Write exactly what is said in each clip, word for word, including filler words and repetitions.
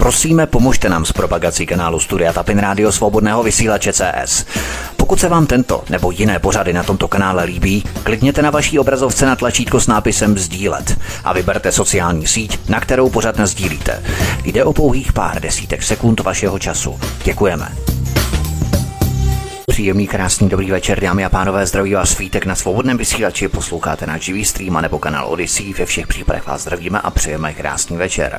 Prosíme, pomožte nám s propagací kanálu Studia Tapin Rádio Svobodného vysílače C S. Pokud se vám tento nebo jiné pořady na tomto kanále líbí, klikněte na vaší obrazovce na tlačítko s nápisem sdílet a vyberte sociální síť, na kterou pořad nasdílíte. Jde o pouhých pár desítek sekund vašeho času. Děkujeme. Příjemný, krásný, dobrý večer, dámy a pánové, zdraví vás Svítek na Svobodném vysílači, posloucháte náš živý stream a nebo kanál Odyssey, ve všech případech vás zdravíme a přejeme krásný večer.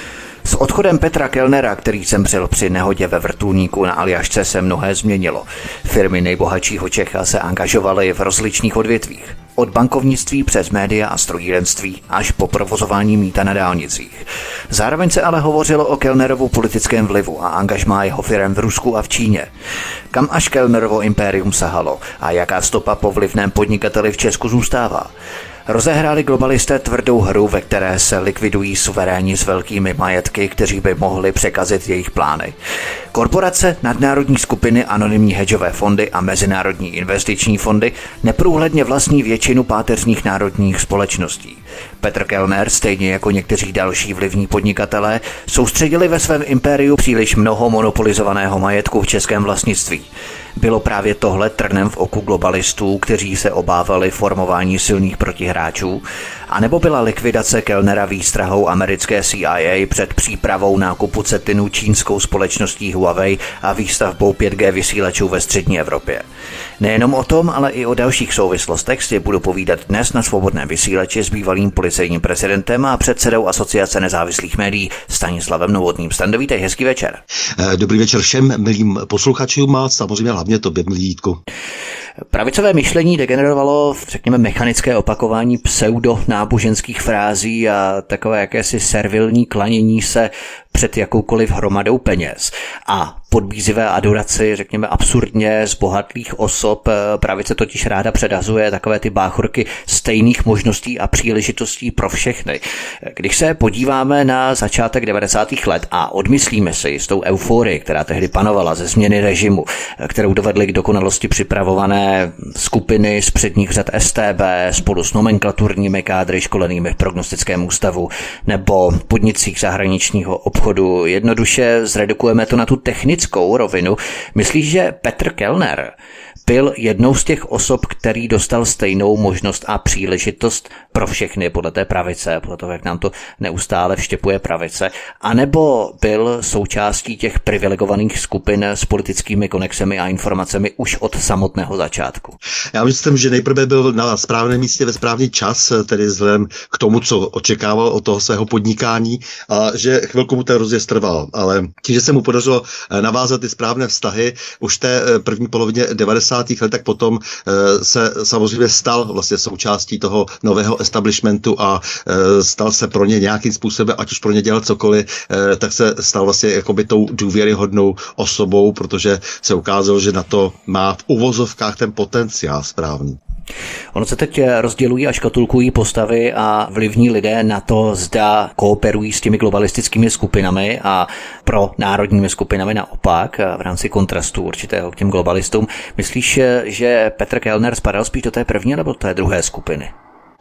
S odchodem Petra Kellnera, který zemřel při nehodě ve vrtulníku na Aljašce, se mnohé změnilo. Firmy nejbohatšího Čecha se angažovaly v rozličných odvětvích. Od bankovnictví přes média a strojírenství až po provozování mýta na dálnicích. Zároveň se ale hovořilo o Kellnerovu politickém vlivu a angažmá jeho firem v Rusku a v Číně. Kam až Kellnerovo impérium sahalo a jaká stopa po vlivném podnikateli v Česku zůstává? Rozehráli globalisté tvrdou hru, ve které se likvidují suveréni s velkými majetky, kteří by mohli překazit jejich plány. Korporace, nadnárodní skupiny, anonymní hedžové fondy a mezinárodní investiční fondy neprůhledně vlastní většinu páteřních národních společností. Petr Kellner, stejně jako někteří další vlivní podnikatelé, soustředili ve svém impériu příliš mnoho monopolizovaného majetku v českém vlastnictví. Bylo právě tohle trnem v oku globalistů, kteří se obávali formování silných protihráčů, anebo byla likvidace Kellnera výstrahou americké C I A před přípravou nákupu Cetinu čínskou společností Huawei a výstavbou pět G vysílačů ve střední Evropě. Nejenom o tom, ale i o dalších souvislostech si budu povídat dnes na Svobodném vysílači s bývalým policejním prezidentem a předsedou Asociace nezávislých médií Stanislavem Novotným. Stando, vítej, hezký večer. Dobrý večer všem milým posluchačům a samozřejmě hlavně tobě, milý Jítku. Pravicové myšlení degenerovalo, řekněme, mechanické opakování pseudo-náboženských frází a takové jakési servilní klanění se před jakoukoliv hromadou peněz a podbízivé adoraci, řekněme, absurdně zbohatlých osob. Pravice totiž ráda předhazuje takové ty báchorky stejných možností a příležitostí pro všechny. Když se podíváme na začátek devadesátých let a odmyslíme si s tou euforii, která tehdy panovala ze změny režimu, kterou dovedly k dokonalosti připravované skupiny z předních řad S T B spolu s nomenklaturními kádry školenými v prognostickém ústavu nebo podnicích zahraničního obchodu, jednoduše zredukujeme to na tu technickou rovinu. Myslíš, že Petr Kellner byl jednou z těch osob, který dostal stejnou možnost a příležitost pro všechny podle té pravice, podle toho, jak nám to neustále vštěpuje pravice, anebo byl součástí těch privilegovaných skupin s politickými konexemi a informacemi už od samotného začátku? Já myslím, že nejprve byl na správném místě ve správný čas, tedy vzhledem k tomu, co očekával od toho svého podnikání, a že chvilku mu ten rozjezd trval, ale tím, že se mu podařilo navázat ty správné vztahy už v té první polovině devadesátých let, tak potom se samozřejmě stal vlastně součástí toho nového establishmentu a stal se pro ně nějakým způsobem, ať už pro ně dělal cokoliv, tak se stal vlastně jakoby tou důvěryhodnou osobou, protože se ukázalo, že na to má v uvozovkách ten potenciál správný. Ono se teď rozdělují a škatulkují postavy a vlivní lidé na to, zda kooperují s těmi globalistickými skupinami a pro národními skupinami naopak v rámci kontrastu určitého k těm globalistům. Myslíš, že Petr Kellner spadal spíš do té první nebo do té druhé skupiny?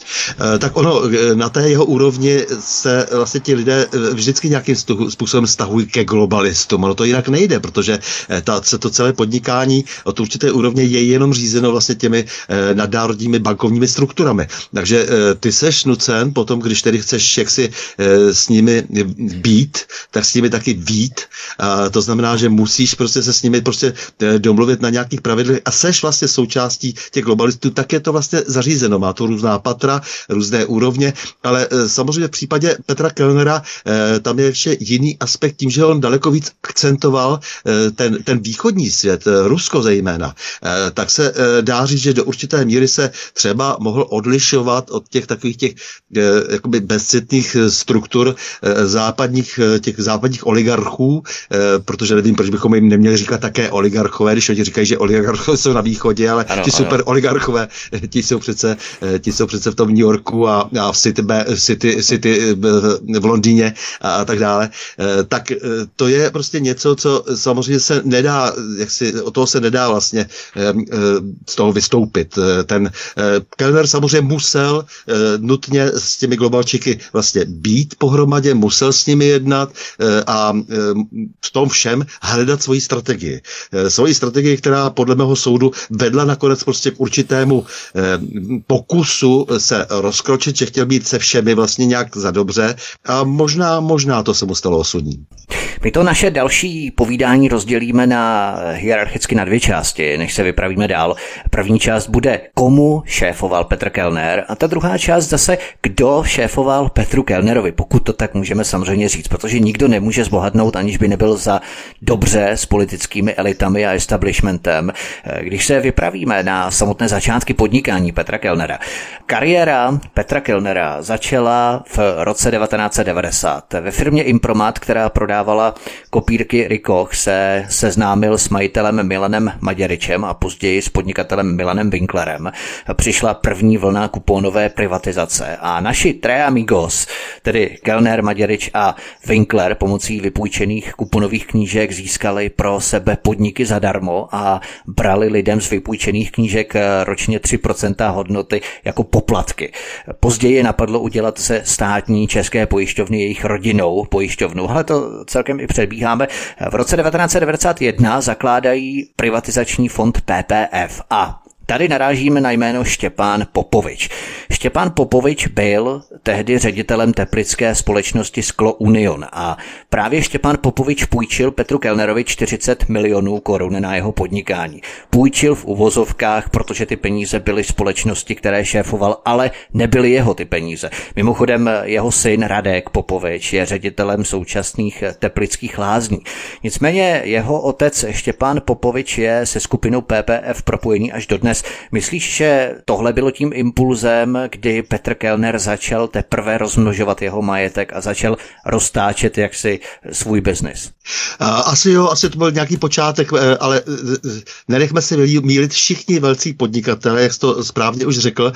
Tak ono, na té jeho úrovni se vlastně ti lidé vždycky nějakým způsobem stahují ke globalistům. Ono to jinak nejde, protože ta, to celé podnikání od určité úrovně je jenom řízeno vlastně těmi nadnárodními bankovními strukturami. Takže ty seš nucen potom, když tedy chceš jaksi s nimi být, tak s nimi taky být. To znamená, že musíš prostě se s nimi prostě domluvit na nějakých pravidlech a seš vlastně součástí těch globalistů, tak je to vlastně zařízeno. Má to různá patra, různé úrovně, ale e, samozřejmě v případě Petra Kellnera e, tam je ještě jiný aspekt tím, že on daleko víc akcentoval e, ten, ten východní svět, e, Rusko zejména, e, tak se e, dá říct, že do určité míry se třeba mohl odlišovat od těch takových těch e, jakoby bezcitných struktur e, západních, těch západních oligarchů, e, protože nevím, proč bychom jim neměli říkat také oligarchové, když oni říkají, že oligarchové jsou na východě, ale ano, ti super ano. oligarchové, ti jsou přece, ti jsou přece v potom v New Yorku a, a v City, City, City v Londýně a, a tak dále, tak to je prostě něco, co samozřejmě se nedá, jak si, od toho se nedá vlastně z toho vystoupit. Ten Kellner samozřejmě musel nutně s těmi globalčiky vlastně být pohromadě, musel s nimi jednat a v tom všem hledat svoji strategii. Svoji strategii, která podle mého soudu vedla nakonec prostě k určitému pokusu se rozkročit, že chtěl být se všemi vlastně nějak za dobře a možná, možná to se mu stalo osudní. My to naše další povídání rozdělíme na hierarchicky na dvě části, než se vypravíme dál. První část bude, komu šéfoval Petr Kellner, a ta druhá část zase, kdo šéfoval Petru Kellnerovi, pokud to tak můžeme samozřejmě říct, protože nikdo nemůže zbohatnout, aniž by nebyl za dobře s politickými elitami a establishmentem. Když se vypravíme na samotné začátky podnikání Petra Kellnera, kariéra Petra Kellnera začala v roce devatenáct set devadesát. Ve firmě Impromat, která prodávala kopírky Rick Koch, se seznámil s majitelem Milanem Maďaričem a později s podnikatelem Milanem Winklerem. Přišla první vlna kuponové privatizace a naši tre amigos, tedy Kellner, Maďarič a Winkler, pomocí vypůjčených kuponových knížek získali pro sebe podniky zadarmo a brali lidem z vypůjčených knížek ročně tři procenta hodnoty jako poplatky. Později napadlo udělat se státní české pojišťovny jejich rodinnou pojišťovnou. Ale to celkem i předbíháme. V roce devatenáct set devadesát jedna zakládají privatizační fond P P F a tady narážíme na jméno Štěpán Popovič. Štěpán Popovič byl tehdy ředitelem teplické společnosti Sklo Union a právě Štěpán Popovič půjčil Petru Kellnerovi čtyřicet milionů korun na jeho podnikání. Půjčil v uvozovkách, protože ty peníze byly společnosti, které šéfoval, ale nebyly jeho ty peníze. Mimochodem jeho syn Radek Popovič je ředitelem současných teplických lázní. Nicméně jeho otec Štěpán Popovič je se skupinou P P F propojený až dodnes. Myslíš, že tohle bylo tím impulzem, kdy Petr Kellner začal teprve rozmnožovat jeho majetek a začal roztáčet jaksi svůj biznis? Asi jo, asi to byl nějaký počátek, ale nenechme se mýlit, všichni velcí podnikatelé, jak jsi to správně už řekl,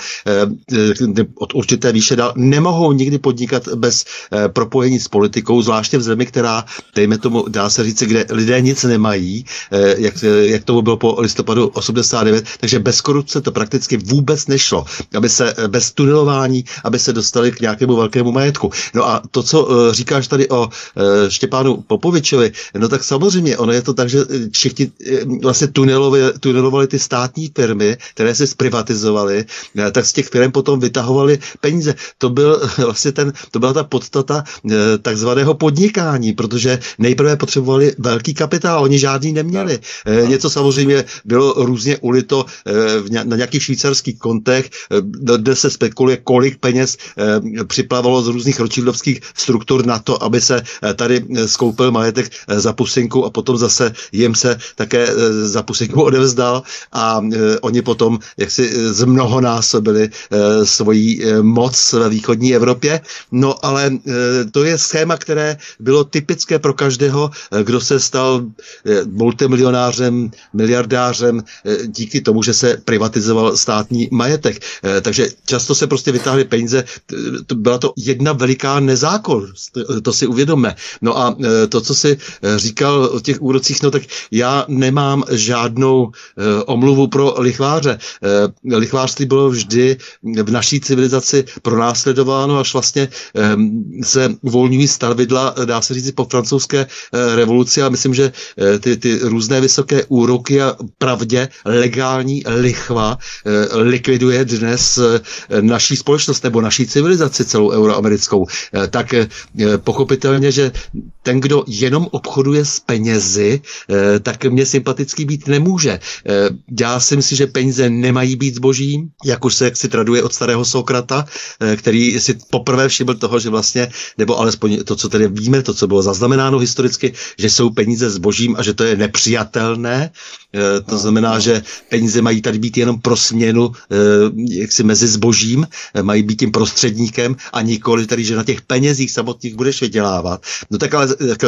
od určité výše dál, nemohou nikdy podnikat bez propojení s politikou, zvláště v zemi, která, dejme tomu, dá se říct, kde lidé nic nemají, jak, jak tomu bylo po listopadu osmdesát devět, takže bez korupce to prakticky vůbec nešlo, aby se bez tunelování, aby se dostali k nějakému velkému majetku. No a to, co říkáš tady o Štěpánu Popovičovi, no tak samozřejmě, ono je to tak, že všichni vlastně tunelovali, tunelovali ty státní firmy, které se zprivatizovaly, tak z těch firm potom vytahovali peníze. To byl vlastně ten, to byla ta podstata takzvaného podnikání, protože nejprve potřebovali velký kapitál, oni žádný neměli. Něco samozřejmě bylo různě ulito na nějakých švýcarských kontech, kde se spekuluje, kolik peněz připlavalo z různých rothschildovských struktur na to, aby se tady skoupil majetek za pusinku a potom zase jim se také za pusinku odevzdal a oni potom jaksi zmnohonásobili svoji moc ve východní Evropě. No ale to je schéma, které bylo typické pro každého, kdo se stal multimilionářem, miliardářem díky tomu, že se privatizoval státní majetek. Takže často se prostě vytáhly peníze, byla to jedna veliká nezákonnost, to si uvědomme. No a to, co si říkal o těch úrocích, no tak já nemám žádnou eh, omluvu pro lichváře. Eh, lichvářství bylo vždy v naší civilizaci pronásledováno, až vlastně eh, se uvolňují stavidla, dá se říct, po francouzské eh, revoluci a myslím, že eh, ty, ty různé vysoké úroky a pravdě legální lichva eh, likviduje dnes eh, naší společnost nebo naší civilizaci celou euroamerickou. Eh, tak eh, pochopitelně, že ten, kdo jenom obchoduje s penězi, eh, tak mě sympatický být nemůže. Eh, já si myslím, že peníze nemají být zbožím, jak už se jak si traduje od starého Sokrata, eh, který si poprvé všiml toho, že vlastně, nebo alespoň to, co tedy víme, to, co bylo zaznamenáno historicky, že jsou peníze zbožím a že to je nepřijatelné. Eh, to znamená, že peníze mají tady být jenom pro směnu eh, jaksi mezi zbožím, eh, mají být tím prostředníkem a nikoli tady, že na těch penězích samotných budeš vydělávat. No tak ale Kellner je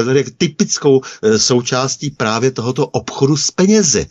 typickou součástí právě tohoto obchodu s penězi.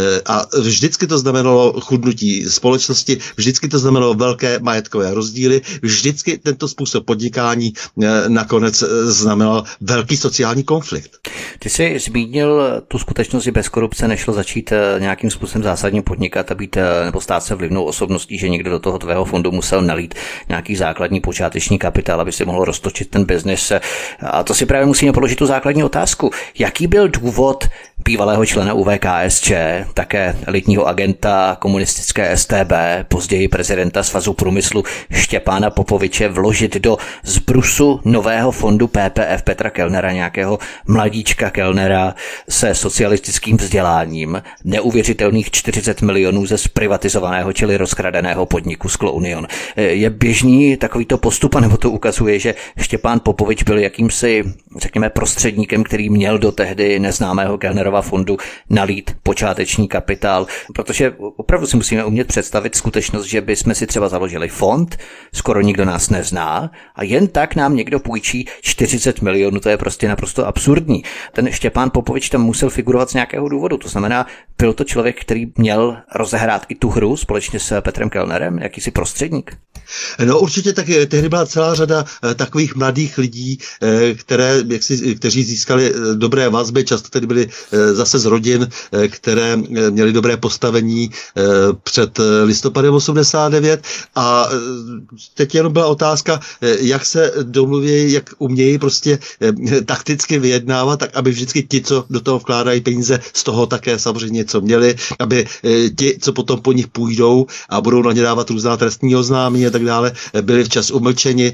A vždycky to znamenalo chudnutí společnosti, vždycky to znamenalo velké majetkové rozdíly, vždycky tento způsob podnikání nakonec znamenal velký sociální konflikt. Ty jsi zmínil tu skutečnost, že bez korupce nešlo začít nějakým způsobem zásadně podnikat a být nebo stát se vlivnou osobností, že někdo do toho tvého fondu musel nalít nějaký základní počáteční kapitál, aby si mohl roztočit ten biznis. A to si právě musíme položit tu základní otázku. Jaký byl důvod bývalého člena U V K S Č, také elitního agenta komunistické S T B, později prezidenta Svazu průmyslu Štěpána Popoviče vložit do zbrusu nového fondu P P F Petra Kellnera, nějakého mladíčka Kellnera se socialistickým vzděláním, neuvěřitelných čtyřicet milionů ze zprivatizovaného, čili rozkradeného podniku Sklo Union. Je běžný takovýto postup, nebo to ukazuje, že Štěpán Popovič byl jakýmsi, řekněme, prostředníkem, který měl do tehdy neznámého Kellnerova fondu nalít počáteční kapitál, protože opravdu si musíme umět představit skutečnost, že bychom si třeba založili fond, skoro nikdo nás nezná a jen tak nám někdo půjčí čtyřicet milionů, to je prostě naprosto absurdní. Ten Štěpán Popovič tam musel figurovat z nějakého důvodu, to znamená, byl to člověk, který měl rozehrát i tu hru společně s Petrem Kellnerem, jakýsi prostředník? No určitě tak tehdy byla celá řada takových mladých lidí, které, jak si, kteří získali dobré vazby, často tedy byli zase z rodin, které měly dobré postavení před listopadem osmdesát devět a teď jenom byla otázka, jak se domluví, jak umějí prostě takticky vyjednávat, tak aby vždycky ti, co do toho vkládají peníze, z toho také samozřejmě něco měli, aby ti, co potom po nich půjdou a budou na ně dávat různá trestní oznámení a tak dále, byli včas umlčeni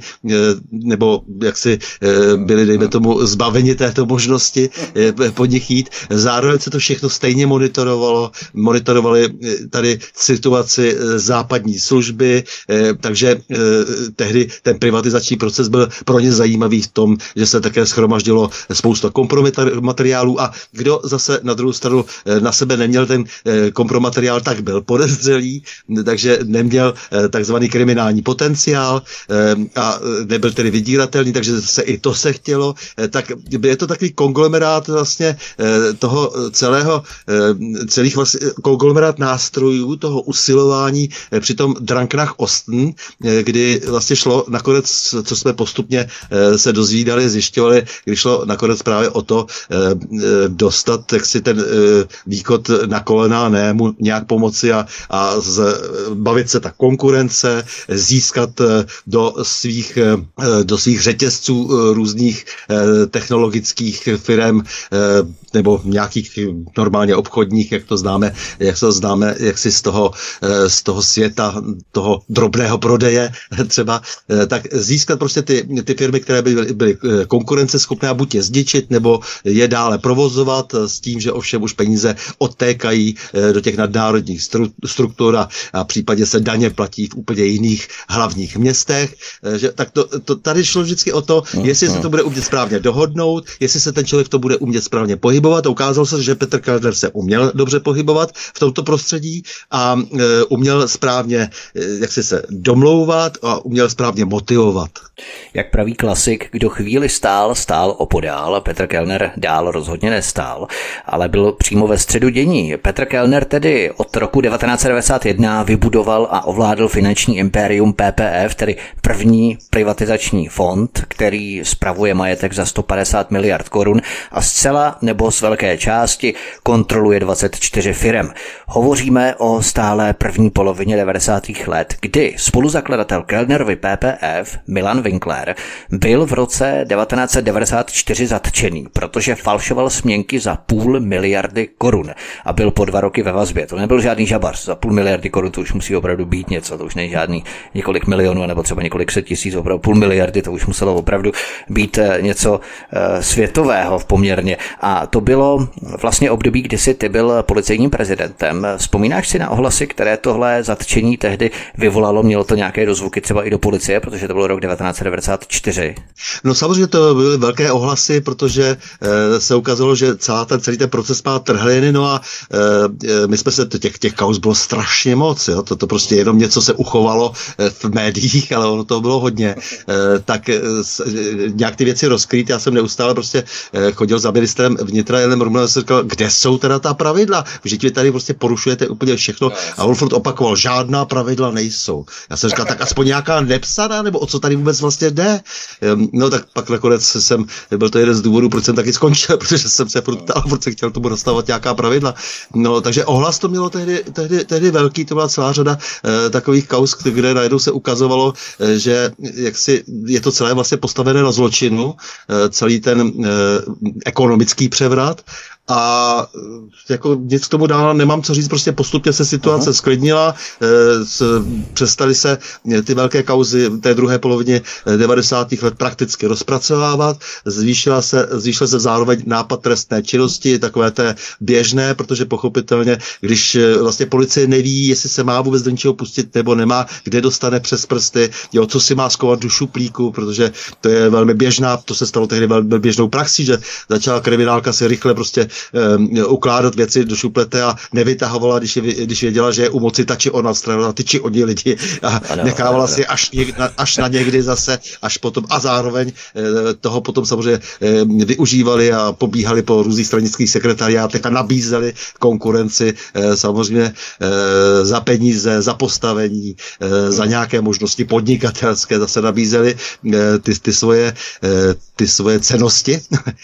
nebo jaksi byli, dejme tomu, zbaveni této možnosti po nich jít. Zároveň se to všechno stejně monitorovalo, monitorovali tady situaci západní služby, takže tehdy ten privatizační proces byl pro ně zajímavý v tom, že se také shromaždilo spousta kompromateriálů a kdo zase na druhou stranu na sebe neměl ten kompromateriál, tak byl podezřelý, takže neměl takzvaný kriminální potenciál a nebyl tedy vydíratelný, takže se i to se chtělo, tak je to takový konglomerát vlastně toho celého, celých vlastně konglomerát nástrojů, toho usilování při tom Dranknach Osten, kdy vlastně šlo nakonec, co jsme postupně se dozvídali, zjišťovali, když šlo nakonec právě o to dostat jak si ten východ na kolena, ne mu nějak pomoci a, a z, bavit se ta konkurence, získat do svých, do svých řetězců různých technologických firem nebo nějakých normálně obchodních, jak to známe, jak to známe, jak si z toho, z toho světa, toho drobného prodeje třeba, tak získat prostě ty, ty firmy, které by byly, byly konkurenceschopné a buď je zničit, nebo je dále provozovat s tím, že ovšem už peníze odtékají do těch nadnárodních struktur a, a případně se daně platí v úplně jiných hlavních městech. Že, tak to, to, tady šlo vždycky o to, jestli se to bude umět správně dohodnout, jestli se ten člověk to bude umět správně pohybovat. Ukázalo se, že Petr Kellner se uměl dobře pohybovat v tomto prostředí a e, uměl správně e, jak si se domlouvat a uměl správně motivovat. Jak praví klasik, kdo chvíli stál, stál opodál. Petr Kellner dál rozhodně nestál, ale byl přímo ve středu dění. Petr Kellner tedy od roku devatenáct set devadesát jedna vybudoval a ovládl finanční impérium P P F, tedy první privatizační fond, který spravuje majetek za sto padesát miliard korun a zcela nebo z velké části kontroluje dvacet čtyři firem. Hovoříme o stále první polovině devadesátých let, kdy spoluzakladatel Kellnerovy P P F Milan Winkler byl v roce devatenáct set devadesát čtyři zatčený, protože falšoval směnky za půl miliardy korun a byl po dva roky ve vazbě. To nebyl žádný žabař, za půl miliardy korun to už musí opravdu být něco, to už není žádný několik milionů nebo třeba několik set tisíc, opravdu půl miliardy, to už muselo opravdu být něco světového poměrně. A to bylo vlastně období, kdy jsi ty byl policejním prezidentem. Vzpomínáš si na ohlasy, které tohle zatčení tehdy vyvolalo? Mělo to nějaké dozvuky třeba i do policie, protože to byl rok devatenáct set devadesát čtyři? No samozřejmě to byly velké ohlasy, protože e, se ukázalo, že celá ten, celý ten proces má trhliny, no a e, my jsme se, těch, těch kauz bylo strašně moc, jo? To, to prostě jenom něco se uchovalo v médiích, ale ono to bylo hodně, e, tak e, nějak ty věci rozkryly. skrýt. Já jsem neustále prostě chodil za ministrem vnitra Janem Rumlem a jsem říkal, kde jsou teda ta pravidla? Vždyť vy tady prostě porušujete úplně všechno. A on furt opakoval, žádná pravidla nejsou. Já jsem říkal, tak aspoň nějaká nepsaná, nebo o co tady vůbec vlastně jde? No tak pak nakonec jsem, byl to jeden z důvodů, proč jsem taky skončil, protože jsem se furt ptal, proč jsem chtěl tomu nastavovat nějaká pravidla. No takže ohlas to mělo tehdy, tehdy, tehdy velký, to byla celá řada eh, takových kauz, kde najednou se ukazovalo, eh, že jaksi je to celé vlastně postavené na zločinu, eh, celý ten eh, ekonomický převrat. A jako nic k tomu dál nemám co říct, prostě postupně se situace Aha. sklidnila, e, s, přestaly se ty velké kauzy té druhé polovině devadesátých let prakticky rozpracovávat, zvýšila se, zvýšila se zároveň nápad trestné činnosti, takové té běžné, protože pochopitelně, když vlastně policie neví, jestli se má vůbec do něčeho pustit nebo nemá, kde dostane přes prsty, jo, co si má skovat do šuplíku, protože to je velmi běžná, to se stalo tehdy velmi běžnou praxí, že začala kriminálka si rychle prostě ukládat věci do šuplete a nevytahovala, když, je, když věděla, že je u moci ta či ona strana, ty či oni lidi a ano, nechávala ano. si až, něk, až na někdy zase, až potom a zároveň toho potom samozřejmě využívali a pobíhali po různých stranických sekretariátech a nabízeli konkurenci samozřejmě za peníze, za postavení, za nějaké možnosti podnikatelské, zase nabízeli ty, ty svoje ty svoje cennosti,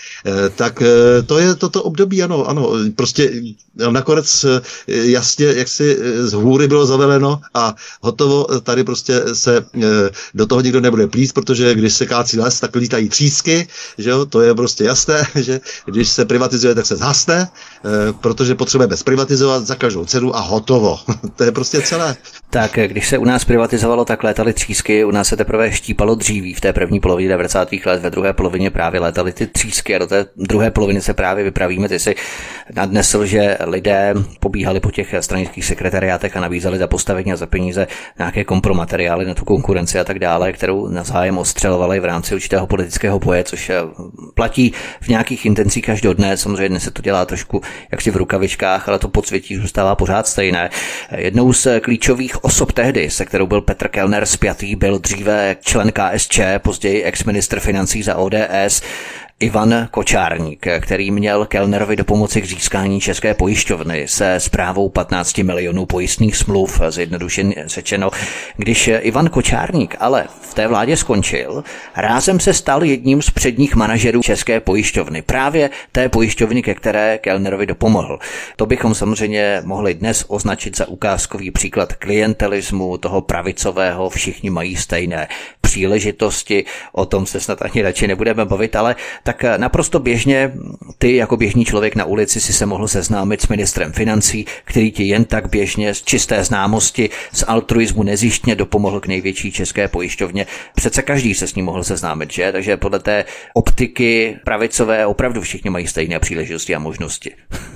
tak to je toto období, ano, ano, prostě nakonec jasně, jak si z hůry bylo zaveleno a hotovo, tady prostě se do toho nikdo nebude plíst, protože když se kácí les, tak lítají třísky, že jo, to je prostě jasné, že když se privatizuje, tak se zhasne, protože potřebujeme zprivatizovat za každou cenu a hotovo. To je prostě celé. Tak, když se u nás privatizovalo, tak létaly třísky, u nás se teprve štípalo dříví v té první polovině devadesátých let, ve druhé polovině právě létaly ty třísky a do té druhé poloviny se právě vypravíme. Ty si nadnesl, že lidé pobíhali po těch stranických sekretariátech a nabízeli za postavení a za peníze nějaké kompromateriály na tu konkurenci a tak dále, kterou navzájem ostřelovali v rámci určitého politického boje, což platí v nějakých intencích až do dne. Samozřejmě dnes se to dělá trošku jaksi v rukavičkách, ale to podsvětí zůstává pořád stejné. Jednou z klíčových osob tehdy, se kterou byl Petr Kellner spjatý, byl dříve člen K S Č, později ex-ministr financí za O D S, Ivan Kočárník, který měl Kellnerovi do pomoci k získání České pojišťovny se správou patnáct milionů pojistných smluv, zjednodušeně řečeno. Když Ivan Kočárník ale v té vládě skončil, rázem se stal jedním z předních manažerů České pojišťovny, právě té pojišťovny, ke které Kellnerovi dopomohl. To bychom samozřejmě mohli dnes označit za ukázkový příklad klientelismu, toho pravicového, všichni mají stejné příležitosti, o tom se snad ani radši nebudeme bavit, ale tak naprosto běžně ty jako běžný člověk na ulici si se mohl seznámit s ministrem financí, který ti jen tak běžně z čisté známosti, z altruismu nezištně dopomohl k největší české pojišťovně. Přece každý se s ním mohl seznámit, že? Takže podle té optiky pravicové opravdu všichni mají stejné příležitosti a možnosti.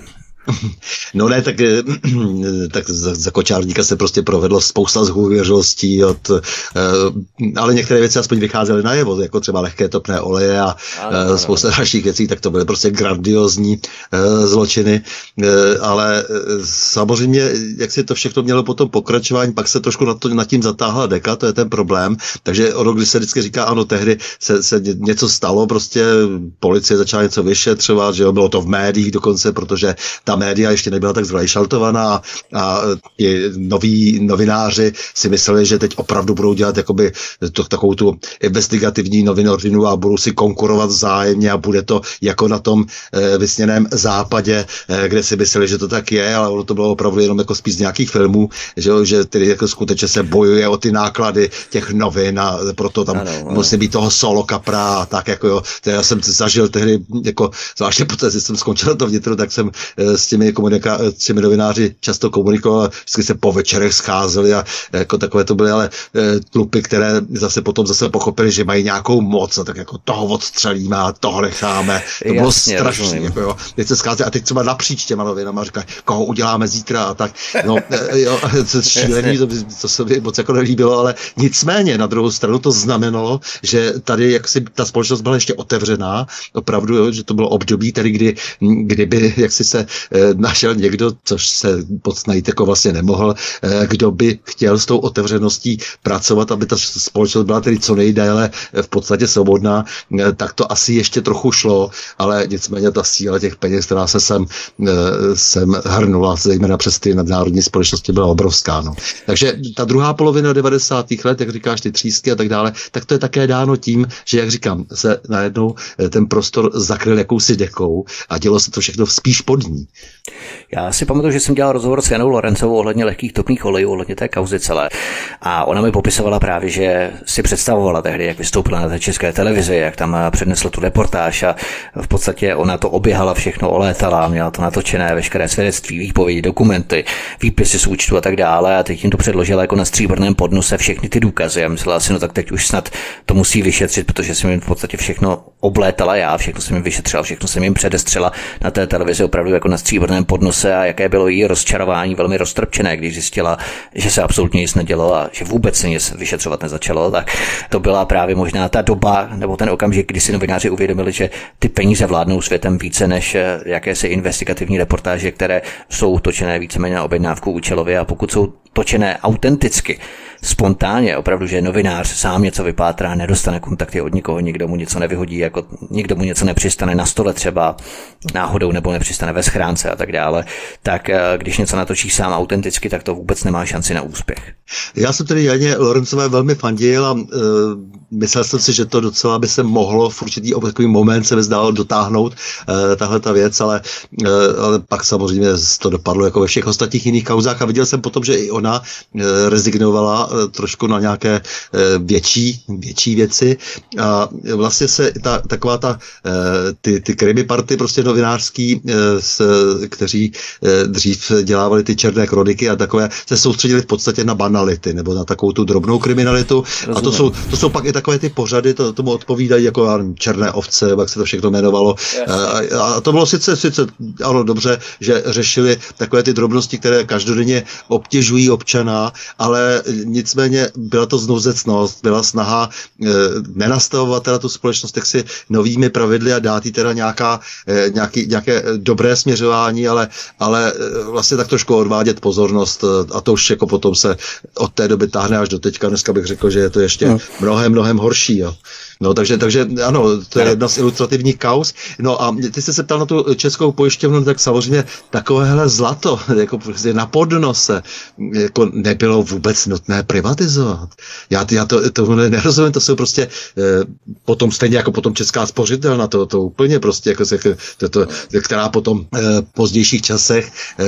No ne, tak, tak za, za Kočárníka se prostě provedlo spousta zhůvěřilostí, od, ale některé věci aspoň vycházely najevo, jako třeba lehké topné oleje a ano, spousta ano. dalších věcí, tak to byly prostě grandiozní zločiny, ale samozřejmě, jak si to všechno mělo potom pokračování, pak se trošku nad, to, nad tím zatáhla deka, to je ten problém, takže ono, když se vždycky říká, ano, tehdy se, se něco stalo, prostě policie začala něco vyšetřovat, že jo, bylo to v médiích dokonce, protože ta média ještě nebyla tak zrajšaltovaná a ti noví novináři si mysleli, že teď opravdu budou dělat jakoby to, takovou tu investigativní novinorinu a budou si konkurovat vzájemně a bude to jako na tom e, vysněném západě, e, kde si mysleli, že to tak je, ale ono to bylo opravdu jenom jako spíš z nějakých filmů, že, že tedy jako skutečně se bojuje o ty náklady těch novin a proto tam ano, ano. musí být toho solo kapra a tak jako jo. Já jsem zažil tehdy, jako zvláště poté, že jsem skončil to vnitro, tak jsem s těmi, komunika- s těmi novináři často komunikovali, vždycky se po večerech scházeli a jako takové to byly ale e, tlupy, které zase potom zase pochopili, že mají nějakou moc a tak jako toho odstřelíme a toho necháme. To bylo Jasně, strašné. Jako jo. Teď se scházeli a teď třeba napříč těma novinama říkají, koho uděláme zítra a tak. No, e, jo, to šílený, to, to se mi moc jako nelíbilo, ale nicméně na druhou stranu to znamenalo, že tady jaksi ta společnost byla ještě otevřená, opravdu, jo, že to bylo období tady, kdy, kdyby jaksi se našel někdo, což se podsnajít jako vlastně nemohl, kdo by chtěl s tou otevřeností pracovat, aby ta společnost byla tedy co nejdéle v podstatě svobodná, tak to asi ještě trochu šlo, ale nicméně ta síla těch peněz, která se sem, sem hrnula, zejména přes ty nadnárodní společnosti, byla obrovská. No. Takže ta druhá polovina devadesátých let, jak říkáš, ty třísky a tak dále, tak to je také dáno tím, že, jak říkám, se najednou ten prostor zakryl jakousi dekou a dělo se to všechno spíš pod ní. Já si pamatuju, že jsem dělal rozhovor s Janou Lorencovou ohledně lehkých topných olejů, ohledně té kauzy celé. A ona mi popisovala právě, že si představovala tehdy, jak vystoupila na té České televizi, jak tam přednesla tu reportáž a v podstatě ona to oběhala všechno, olétala, měla to natočené, veškeré svědectví, výpovědi, dokumenty, výpisy z účtu a tak dále a teď jim to předložila jako na stříbrném podnose všechny ty důkazy a myslela si, no tak teď už snad to musí vyšetřit, protože jsem jim v podstatě všechno oblétala já, všechno jsem jim vyšetřila, všechno jsem jim předestřela na té televizi opravdu jako na stříbrném podnose a jaké bylo její rozčarování velmi roztrpčené, když zjistila, že se absolutně nic nedělo a že vůbec se nic vyšetřovat nezačalo, tak to byla právě možná ta doba nebo ten okamžik, kdy si novináři uvědomili, že ty peníze vládnou světem více než jakési investigativní reportáže, které jsou točené víceméně na objednávku účelově a pokud jsou točené autenticky, spontánně, opravdu, že novinář sám něco vypátrá, nedostane kontakty od nikoho, nikdo mu něco nevyhodí, jako nikdo mu něco nepřistane na stole třeba náhodou nebo nepřistane ve schránce a tak dále, tak když něco natočí sám autenticky, tak to vůbec nemá šanci na úspěch. Já jsem tedy Janě Lorencové velmi fandil a uh, myslel jsem si, že to docela by se mohlo v určitý takový moment se mi zdálo dotáhnout uh, tahle ta věc, ale, uh, ale pak samozřejmě to dopadlo jako ve všech ostatních jiných kauzách a viděl jsem potom, že i ona uh, rezignovala uh, trošku na nějaké uh, větší, větší věci a vlastně se ta, taková ta uh, ty, ty krimi party prostě novinářský, uh, s, kteří uh, dřív dělávali ty černé kroniky a takové, se soustředili v podstatě na banality nebo na takovou tu drobnou kriminalitu. Rozumím. A to jsou, to jsou pak i takové ty pořady, to tomu odpovídají jako černé ovce, jak se to všechno jmenovalo. A, a to bylo sice, sice ano, dobře, že řešili takové ty drobnosti, které každodenně obtěžují občana, ale nicméně byla to znouzecnost, byla snaha e, nenastavovat teda tu společnost tak si novými pravidly a dát jí teda nějaká, e, nějaký, nějaké dobré směřování, ale, ale vlastně tak trošku odvádět pozornost a to už jako potom se od té doby táhne až do teďka. Dneska bych řekl, že je to ještě no. mnohem, mnohem horší. Jo. No, takže, takže ano, to je jedna z ilustrativních kauz. No a ty jsi se ptal na tu Českou pojišťovnu, tak samozřejmě takovéhle zlato, jako na podnose, jako nebylo vůbec nutné privatizovat. Já, já to, to nerozumím, to jsou prostě eh, potom stejně jako potom Česká spořitelna, to, to úplně prostě, jako se, to, to, která potom eh, v pozdějších časech eh,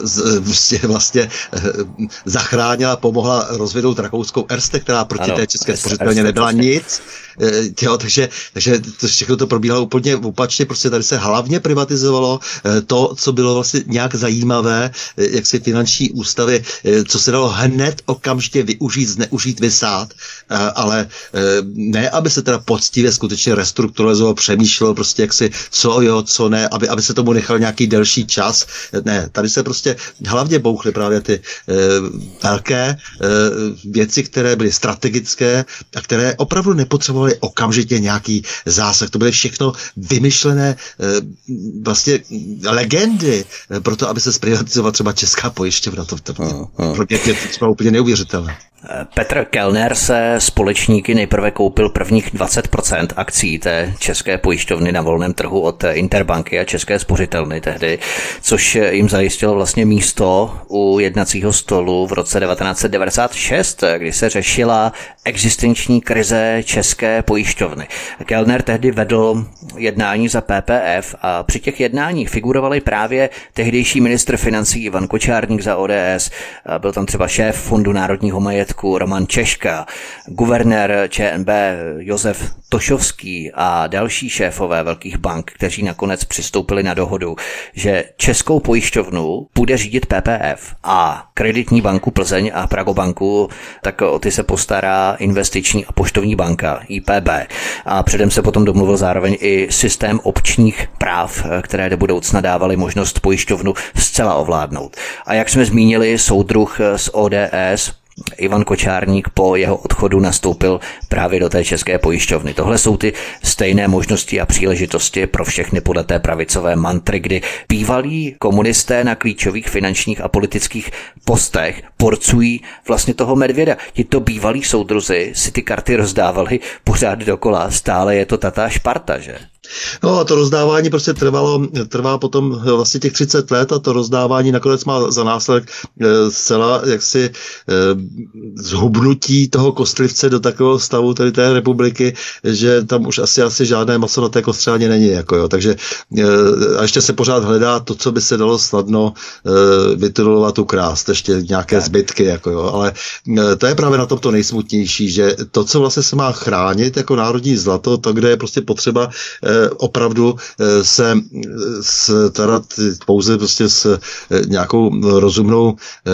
z, vlastně eh, zachránila, pomohla rozvinout rakouskou Erste, která proti ano, té České spořitelně nebyla nic. Jo, takže, takže to všechno to probíhalo úplně opačně, prostě tady se hlavně privatizovalo to, co bylo vlastně nějak zajímavé, jak si finanční ústavy, co se dalo hned okamžitě využít, zneužít, vysát, ale ne, aby se teda poctivě skutečně restrukturalizovalo, přemýšlelo prostě jak si co jo, co ne, aby, aby se tomu nechal nějaký delší čas. Ne, tady se prostě hlavně bouchly právě ty eh, velké eh, věci, které byly strategické a které opravdu nepotřebovaly okamžitě nějaký zásah. To byly všechno vymyšlené eh, vlastně legendy eh, pro to, aby se zprivatizovala třeba Česká pojišťovna. To, to, to, pro mě je to třeba úplně neuvěřitelné. Petr Kellner se společníky nejprve koupil prvních dvacet procent akcí té České pojišťovny na volném trhu od Interbanky a České spořitelny tehdy, což jim zajistilo vlastně místo u jednacího stolu v roce devatenáct set devadesát šest, kdy se řešila existenční krize České pojišťovny. Kellner tehdy vedl jednání za P P F a při těch jednáních figurovali právě tehdejší ministr financí Ivan Kočárník za O D S, byl tam třeba šéf Fondu národního majetku Roman Češka, guvernér Č N B Josef Tošovský a další šéfové velkých bank, kteří nakonec přistoupili na dohodu, že Českou pojišťovnu bude řídit P P F a Kreditní banku Plzeň a Pragobanku, tak o ty se postará Investiční a poštovní banka I P B. A předem se potom domluvil zároveň i systém opčních práv, které do budoucna dávaly možnost pojišťovnu zcela ovládnout. A jak jsme zmínili, soudruh z O D S Ivan Kočárník po jeho odchodu nastoupil právě do té České pojišťovny. Tohle jsou ty stejné možnosti a příležitosti pro všechny podle té pravicové mantry, kdy bývalí komunisté na klíčových finančních a politických postech porcují vlastně toho medvěda. Tito bývalí soudruzi si ty karty rozdávali pořád dokola, stále je to tatáž parta, že? No a to rozdávání prostě trvalo, trvá potom vlastně těch třicet let a to rozdávání nakonec má za následek e, zcela jaksi e, zhubnutí toho kostlivce do takového stavu tady té republiky, že tam už asi asi žádné maso na té kostřelně není. Jako jo. Takže e, a ještě se pořád hledá to, co by se dalo snadno e, vytulovat, ukrást, ještě nějaké tak. zbytky. Jako jo. Ale e, to je právě na tom to nejsmutnější, že to, co vlastně se má chránit jako národní zlato, to, kde je prostě potřeba e, opravdu se starat pouze prostě s nějakou rozumnou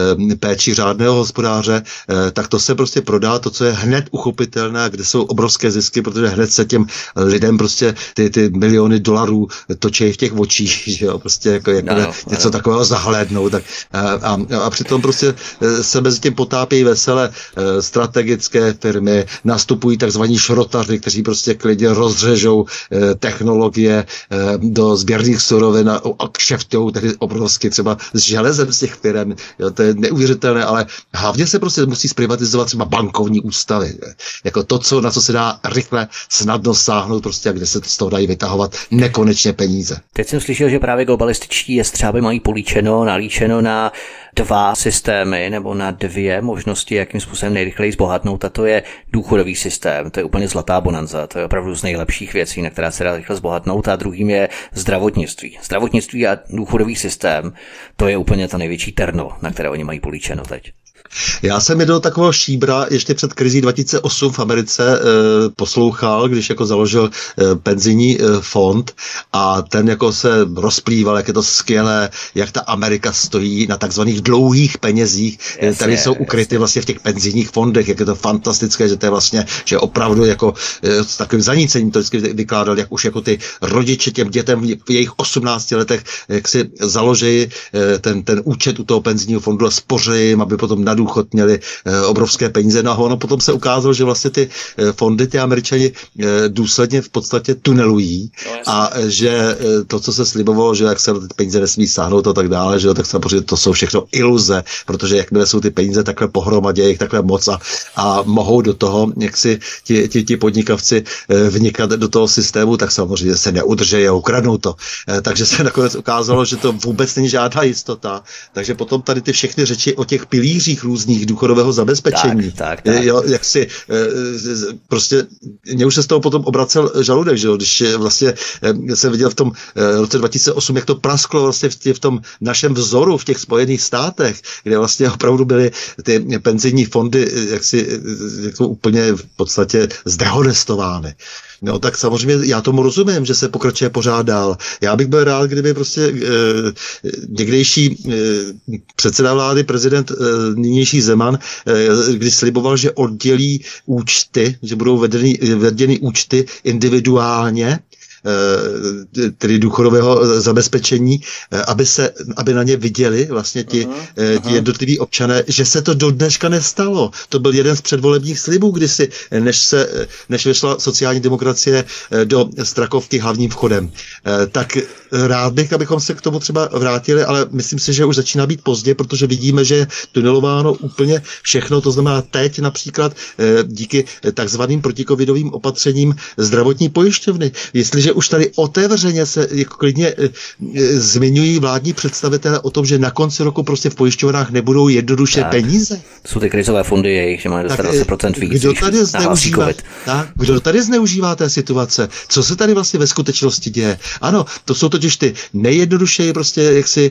péčí řádného hospodáře, tak to se prostě prodá, to, co je hned uchopitelné, kde jsou obrovské zisky, protože hned se těm lidem prostě ty, ty miliony dolarů točí v těch očích, že jo, prostě jako, jako no, něco no. takového zahlédnou, tak a, a, a přitom prostě se mezi tím potápí vesele strategické firmy, nastupují takzvaní šrotaři, kteří prostě klidně rozřežou technologie do sběrných surovin a kšeftujou tedy obrovsky třeba s železem z těch firm. Jo, to je neuvěřitelné, ale hlavně se prostě musí zprivatizovat třeba bankovní ústavy. Jako to, co, na co se dá rychle snadno sáhnout prostě a kde se z toho dají vytahovat nekonečně peníze. Teď jsem slyšel, že právě globalističtí jestřáby mají políčeno, nalíčeno na dva systémy nebo na dvě možnosti, jakým způsobem nejrychleji zbohatnout, a to je důchodový systém. To je úplně zlatá bonanza, to je opravdu z nejlepších věcí, na která se dá rychle zbohatnout, a druhým je zdravotnictví. Zdravotnictví a důchodový systém, to je úplně to největší terno, na které oni mají políčeno teď. Já jsem jednou takového šíbra ještě před krizí dva tisíce osm v Americe e, poslouchal, když jako založil e, penzijní e, fond a ten jako se rozplýval, jak je to skvělé, jak ta Amerika stojí na takzvaných dlouhých penězích, yes, které jsou ukryty vlastně v těch penzijních fondech, jak je to fantastické, že to je vlastně, že opravdu jako e, s takovým zanícením to vždycky vykládal, jak už jako ty rodiče těm dětem v jejich osmnácti letech, jak si založí e, ten, ten účet u toho penzijního fondu a spoří jim, aby potom na důchod měli e, obrovské peníze. No a ono potom se ukázalo, že vlastně ty e, fondy, ty Američani e, důsledně v podstatě tunelují no, a e, že e, to, co se slibovalo, že jak se ty peníze nesmí sáhnout a tak dále, že jo, tak samozřejmě to jsou všechno iluze, protože jakmile jsou ty peníze takhle pohromadě, jich takhle moc a, a mohou do toho, jak si ti, ti, ti podnikavci e, vnikat do toho systému, tak samozřejmě se neudržejí a ukradnou to. E, takže se nakonec ukázalo, že to vůbec není žádná jistota. Takže potom tady ty všechny řeči o těch pilířích různých důchodového zabezpečení. Tak, tak, tak. Jo, jak si prostě, mě už se z toho potom obracel žaludek, že jo, když vlastně jsem viděl v tom roce dva tisíce osm, jak to prasklo vlastně v, tě, v tom našem vzoru v těch Spojených státech, kde vlastně opravdu byly ty penzijní fondy jaksi jako úplně v podstatě zdehonestovány. No tak samozřejmě já tomu rozumím, že se pokračuje pořád dál. Já bych byl rád, kdyby prostě e, někdejší e, předseda vlády, prezident e, nynější Zeman, e, když sliboval, že oddělí účty, že budou vedeny, vedeny účty individuálně, tedy důchodového zabezpečení, aby se, aby na ně viděli vlastně ti, uh-huh. ti jednotliví občané, že se to do dneška nestalo. To byl jeden z předvolebních slibů, kdysi, než se, než vešla sociální demokracie do Strakovky hlavním vchodem. Tak rád bych, abychom se k tomu třeba vrátili, ale myslím si, že už začíná být pozdě, protože vidíme, že je tunelováno úplně všechno, to znamená teď například díky takzvaným protikovidovým opatřením zdravotní pojišťovny. Jestliže už tady otevřeně se jako klidně e, e, zmiňují vládní představitelé o tom, že na konci roku prostě v pojišťovnách nebudou jednoduše tak. peníze. Jsou ty krizové fondy, jejich, že mají dostat dvacet procent víc. Kdo tady, zneužívá, tak, kdo tady zneužívá té situace? Co se tady vlastně ve skutečnosti děje? Ano, to jsou totiž ty nejjednodušeji prostě jaksi,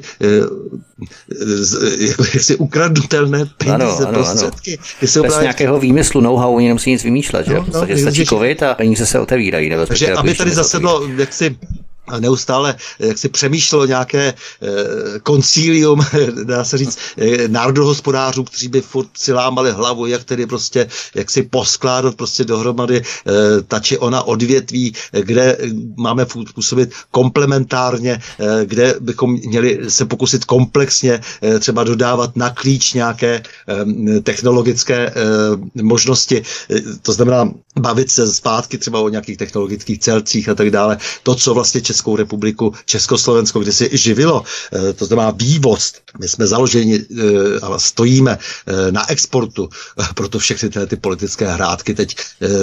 e, jak, jaksi ukradnutelné peníze, ano, ano, prostředky. Ano. Bez právě... nějakého výmyslu, know-how, oni nemusí nic vymýšlet, že? No, v podstatě no, stačí covid a peníze se otevírají. Takže aby tady zasedlo jaksi neustále jak si přemýšlelo nějaké e, koncílium, dá se říct, e, národohospodářů, kteří by furt si lámali hlavu, jak tedy prostě, jak si poskládat prostě dohromady e, ta či ona odvětví, kde máme působit komplementárně, e, kde bychom měli se pokusit komplexně e, třeba dodávat na klíč nějaké e, technologické e, možnosti, e, to znamená bavit se zpátky třeba o nějakých technologických celcích a tak dále. To, co vlastně Českou republiku, Československo, kde si živilo, to znamená vývoz. My jsme založeni a stojíme na exportu, proto všechny tyhle ty politické hrádky teď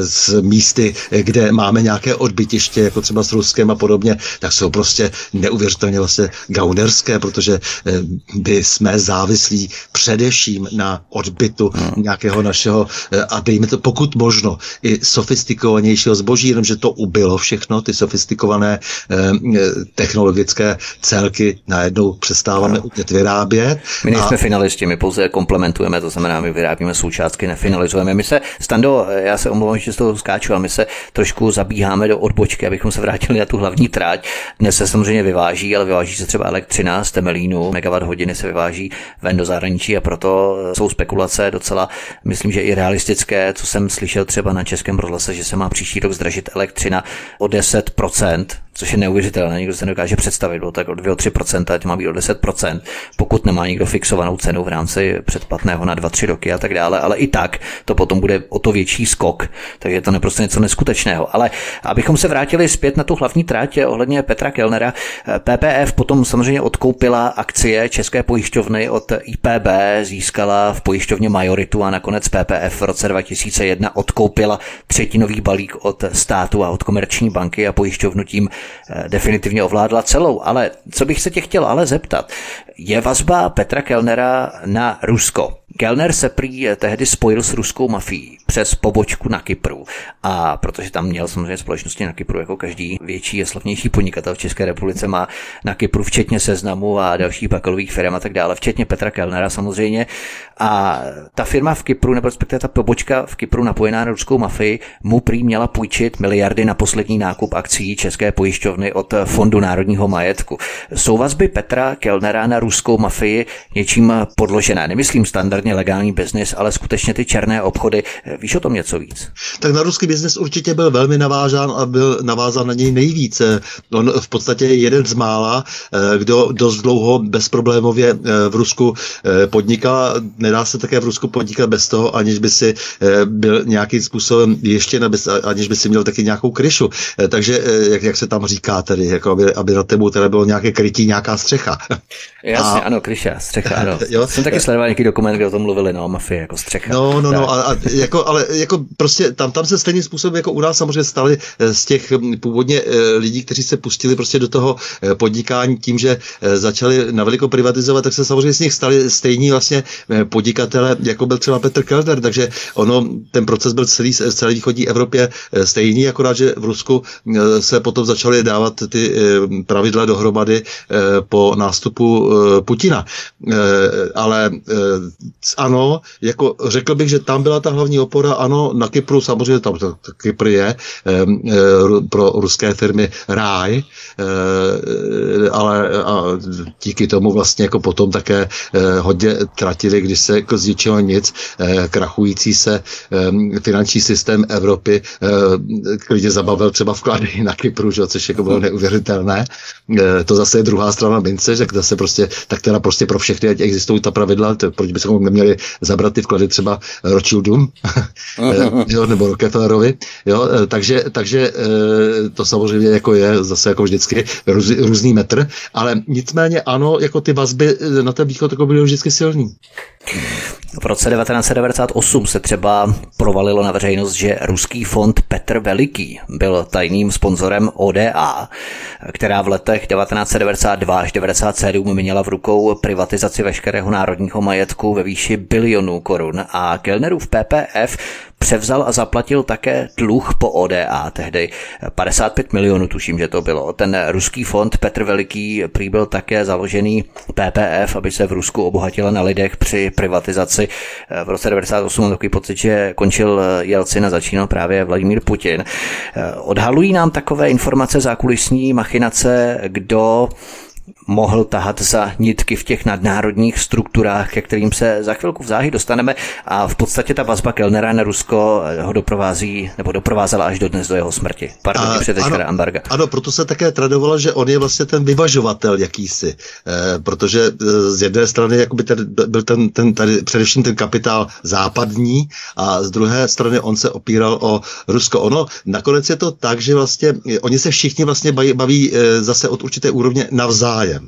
z místy, kde máme nějaké odbytiště, jako třeba s Ruskem a podobně, tak jsou prostě neuvěřitelně vlastně gaunerské, protože by jsme závislí především na odbytu nějakého našeho, a dejme to pokud možno, i sofistikovanějšího zboží, jenomže to ubylo všechno, ty sofistikované technologické celky najednou přestáváme umět vyrábět. My nejsme a... finalisti, my pouze komplementujeme, to znamená, my vyrábíme součástky, nefinalizujeme. My se, Stando, já se omlouvám, že z toho skáču, ale my se trošku zabíháme do odbočky, abychom se vrátili na tu hlavní tráť. Dnes se samozřejmě vyváží, ale vyváží se třeba elektřina z Temelínu, megawatt hodiny se vyváží ven do zahraničí a proto jsou spekulace docela, myslím, že i realistické, co jsem slyšel třeba na Českém rozhlase, že se má příští rok zdražit elektřina o deset procent, což je neuvěřitelné, nikdo se nedokáže představit, bylo tak o dvě až tři procenta, to má být o deset procent, pokud nemá nikdo fixovanou cenu v rámci předplatného na dva tři roky a tak dále, ale i tak to potom bude o to větší skok, takže je to naprosto něco neskutečného. Ale abychom se vrátili zpět na tu hlavní trať ohledně Petra Kellnera, P P F potom samozřejmě odkoupila akcie České pojišťovny od I P B, získala v pojišťovně majoritu a nakonec P P F v roce dva tisíce jedna odkoupila třetinový balík od státu a od Komerční banky a pojišťovnu tím definitivně ovládla celou. Ale co bych se tě chtěl ale zeptat, je vazba Petra Kellnera na Rusko. Kellner se prý tehdy spojil s ruskou mafií přes pobočku na Kypru a protože tam měl samozřejmě společnosti na Kypru, jako každý větší a slavnější podnikatel v České republice má na Kypru včetně Seznamu a dalších bakalových firm a tak dále, včetně Petra Kellnera samozřejmě. A ta firma v Kypru, nebo respektive ta pobočka v Kypru napojená na ruskou mafii, mu prý měla půjčit miliardy na poslední nákup akcií České pojišťovny od Fondu národního majetku. Jsou vazby Petra Kellnera na ruskou mafii něčím podložené? Nemyslím standardně legální biznis, ale skutečně ty černé obchody. Víš o tom něco víc? Tak na ruský biznis určitě byl velmi navázán a byl navázán na něj nejvíc. On v podstatě je jeden z mála, kdo dost dlouho bezproblémově v Rusku podnikal. Nedá se také v Rusku podnikat bez toho, aniž by si byl nějakým způsobem ještě, nebez, aniž by si měl taky nějakou kryšu. Takže, jak, jak se tam říká tedy, jako aby, aby na tebu teda bylo nějaké krytí, nějaká střecha. Jasně, a... ano, kryša, střecha, ano. Jo? Jsem taky sledoval nějaký dokument, kde o tom mluvili, no, mafie jako střecha. No, no, no, a, a jako, ale jako prostě tam, tam se stejným způsobem jako u nás samozřejmě stali z těch původně lidí, kteří se pustili prostě do toho podnikání tím, že začali naveliko privatizovat, tak se samozřejmě z nich stali stejní vlastně podnikatele, jako byl třeba Petr Kellner, takže ono, ten proces byl celý, v celé východní Evropě stejný, akorát, že v Rusku se potom začaly dávat ty pravidla dohromady po nástupu Putina. Ale ano, jako řekl bych, že tam byla ta hlavní opora, ano, na Kypru samozřejmě, tam to, to Kypr je e, e, pro ruské firmy ráj, e, ale a díky tomu vlastně jako potom také e, hodně tratili, když se jako z ničeho nic e, krachující se e, finanční systém Evropy e, klidně zabavil třeba vklady na Kypru, že, což jako bylo neuvěřitelné. E, to zase je druhá strana mince, že zase prostě, tak teda prostě pro všechny, ať existují ta pravidla, to, proč bychom neměli zabrat ty vklady třeba Rothschildům, jo, nebo Rockefellerovi, jo, takže, takže to samozřejmě jako je zase jako vždycky růz, různý metr, ale nicméně ano, jako ty vazby na ten východ jako byly vždycky silný. V roce devatenáct set devadesát osm se třeba provalilo na veřejnost, že ruský fond Petr Veliký byl tajným sponzorem O D A, která v letech devatenáct set devadesát dva až devadesát sedm měla v rukou privatizaci veškerého národního majetku ve výši bilionů korun a Kellnerův P P F převzal a zaplatil také dluh po O D A, tehdy padesát pět milionů, tuším, že to bylo. Ten ruský fond Petr Veliký prý byl také založený P P F, aby se v Rusku obohatila na lidech při privatizaci. V roce devadesát osm mám takový pocit, že končil Jelcin a začínal právě Vladimír Putin. Odhalují nám takové informace zákulisní machinace, kdo mohl tahat za nitky v těch nadnárodních strukturách, ke kterým se za chvilku v záhy dostaneme, a v podstatě ta vazba Kellnera na Rusko ho doprovází, nebo doprovázela až do dnes, do jeho smrti. Pardon, před veškeré embarga. Ano, proto se také tradovalo, že on je vlastně ten vyvažovatel jakýsi, eh, protože z jedné strany jakoby ten, byl ten, ten tady především ten kapitál západní a z druhé strany on se opíral o Rusko. Ono, nakonec je to tak, že vlastně oni se všichni vlastně baví, baví eh, zase od určité úrovně navzájem.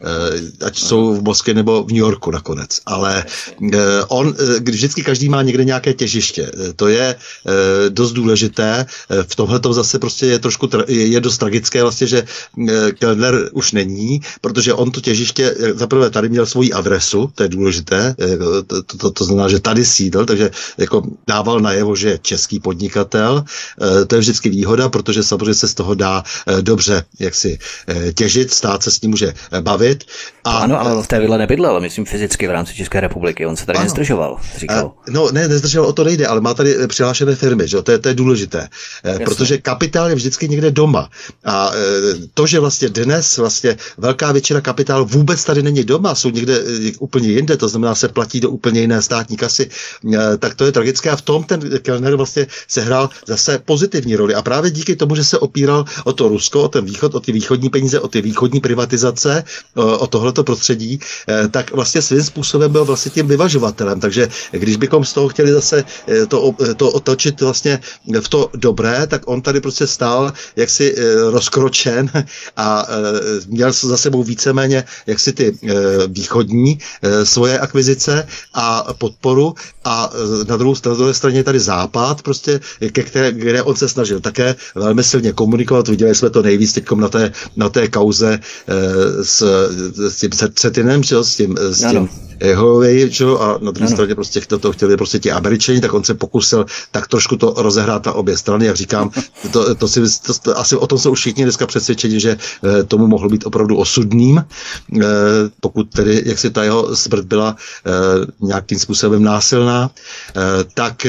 Ať jsou v Moskvě nebo v New Yorku nakonec. Ale on, vždycky každý má někde nějaké těžiště. To je dost důležité. V tomhletom zase prostě je trošku, je dost tragické vlastně, že Kellner už není, protože on to těžiště, zaprvé tady měl svoji adresu, to je důležité, to, to, to znamená, že tady sídl, takže jako dával najevo, že je český podnikatel. To je vždycky výhoda, protože samozřejmě se z toho dá dobře jaksi těžit, stát se s ním může bavit. A ano, ale v té vile nebydlel, myslím fyzicky v rámci České republiky, on se tady ano. nezdržoval, říkal. No ne, nezdržoval, o to nejde, ale má tady přihlášené firmy, že? To, je, to je důležité, Jasně. protože kapitál je vždycky někde doma. A to, že vlastně dnes vlastně velká většina kapitálu vůbec tady není doma, jsou někde úplně jinde, to znamená se platí do úplně jiné státní kasy, tak to je tragické a v tom ten Kellner vlastně sehrál zase pozitivní roli a právě díky tomu, že se opíral o to Rusko, o ten východ, o ty východní peníze, o ty východní privatizace, o tohleto prostředí, tak vlastně svým způsobem byl vlastně tím vyvažovatelem. Takže když bychom z toho chtěli zase to, to otočit vlastně v to dobré, tak on tady prostě stál jaksi rozkročen a měl za sebou víceméně jaksi ty východní svoje akvizice a podporu a na, druhou, na druhé straně tady západ, prostě, ke které, kde on se snažil také velmi silně komunikovat. Viděli jsme to nejvíc teď na té, na té kauze s, s tím Cetinem, s tím, s tím Huawei, a na druhé straně prostě to, to chtěli prostě ti Američani, tak on se pokusil tak trošku to rozehrát na obě strany, jak říkám, to, to si, to, to, asi o tom jsou už všichni dneska přesvědčeni, že eh, tomu mohlo být opravdu osudným, eh, pokud tedy, jak si ta jeho smrt byla eh, nějakým způsobem násilná, eh, tak eh,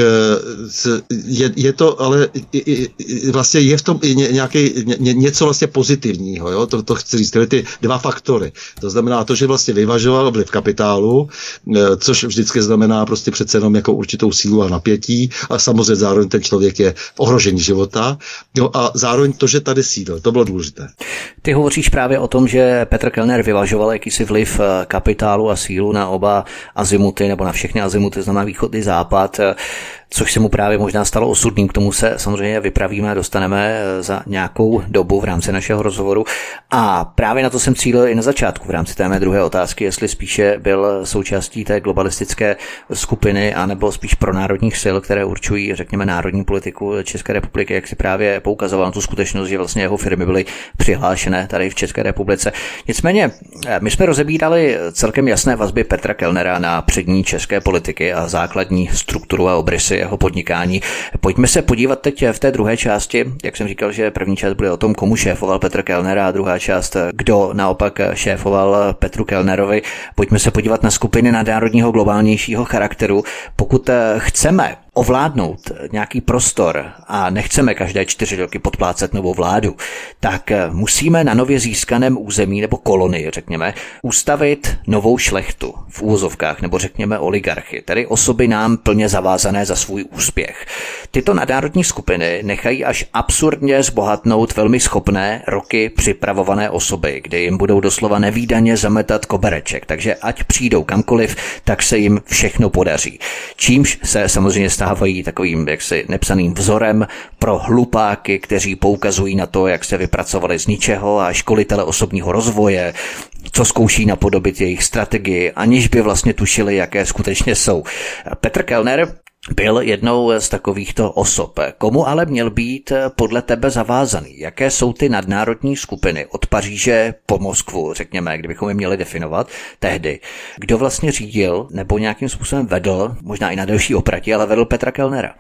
je, je to, ale i, i, vlastně je v tom i ně, nějaký, ně, něco vlastně pozitivního, jo? To, to chci říct, tyhle ty dva faktory. To znamená to, že vlastně vyvažoval vliv kapitálu, což vždycky znamená prostě přece jenom jako určitou sílu a napětí a samozřejmě zároveň ten člověk je v ohrožení života, jo, a zároveň to, že tady sídl, to bylo důležité. Ty hovoříš právě o tom, že Petr Kellner vyvažoval jakýsi vliv kapitálu a sílu na oba azimuty nebo na všechny azimuty, znamená východ i západ, což se mu právě možná stalo osudným. K tomu se samozřejmě vypravíme a dostaneme za nějakou dobu v rámci našeho rozhovoru. A právě na to jsem cílil i na začátku v rámci té mé druhé otázky, jestli spíše byl součástí té globalistické skupiny, anebo spíš pronárodních sil, které určují, řekněme, národní politiku České republiky, jak si právě poukazoval na tu skutečnost, že vlastně jeho firmy byly přihlášené tady v České republice. Nicméně, my jsme rozebírali celkem jasné vazby Petra Kellnera na přední české politiky a základní strukturu a obrysy jeho podnikání. Pojďme se podívat teď v té druhé části, jak jsem říkal, že první část bude o tom, komu šéfoval Petr Kellner a druhá část, kdo naopak šéfoval Petru Kellnerovi. Pojďme se podívat na skupiny nadnárodního globálnějšího charakteru. Pokud chceme ovládnout nějaký prostor a nechceme každé čtyři roky podplácet novou vládu, tak musíme na nově získaném území nebo kolonii, řekněme, ustavit novou šlechtu v úvozovkách nebo řekněme oligarchy, tedy osoby nám plně zavázané za svůj úspěch. Tyto nadnárodní skupiny nechají až absurdně zbohatnout velmi schopné roky připravované osoby, kde jim budou doslova nevídaně zametat kobereček, takže ať přijdou kamkoliv, tak se jim všechno podaří. Čímž se samozřejmě stávají takovým jaksi nepsaným vzorem pro hlupáky, kteří poukazují na to, jak se vypracovali z ničeho, a školitele osobního rozvoje, co zkouší napodobit jejich strategii, aniž by vlastně tušili, jaké skutečně jsou. Petr Kellner byl jednou z takovýchto osob. Komu ale měl být podle tebe zavázaný? Jaké jsou ty nadnárodní skupiny od Paříže po Moskvu, řekněme, kdybychom je měli definovat tehdy? Kdo vlastně řídil nebo nějakým způsobem vedl, možná i na delší opratě, ale vedl Petra Kellnera?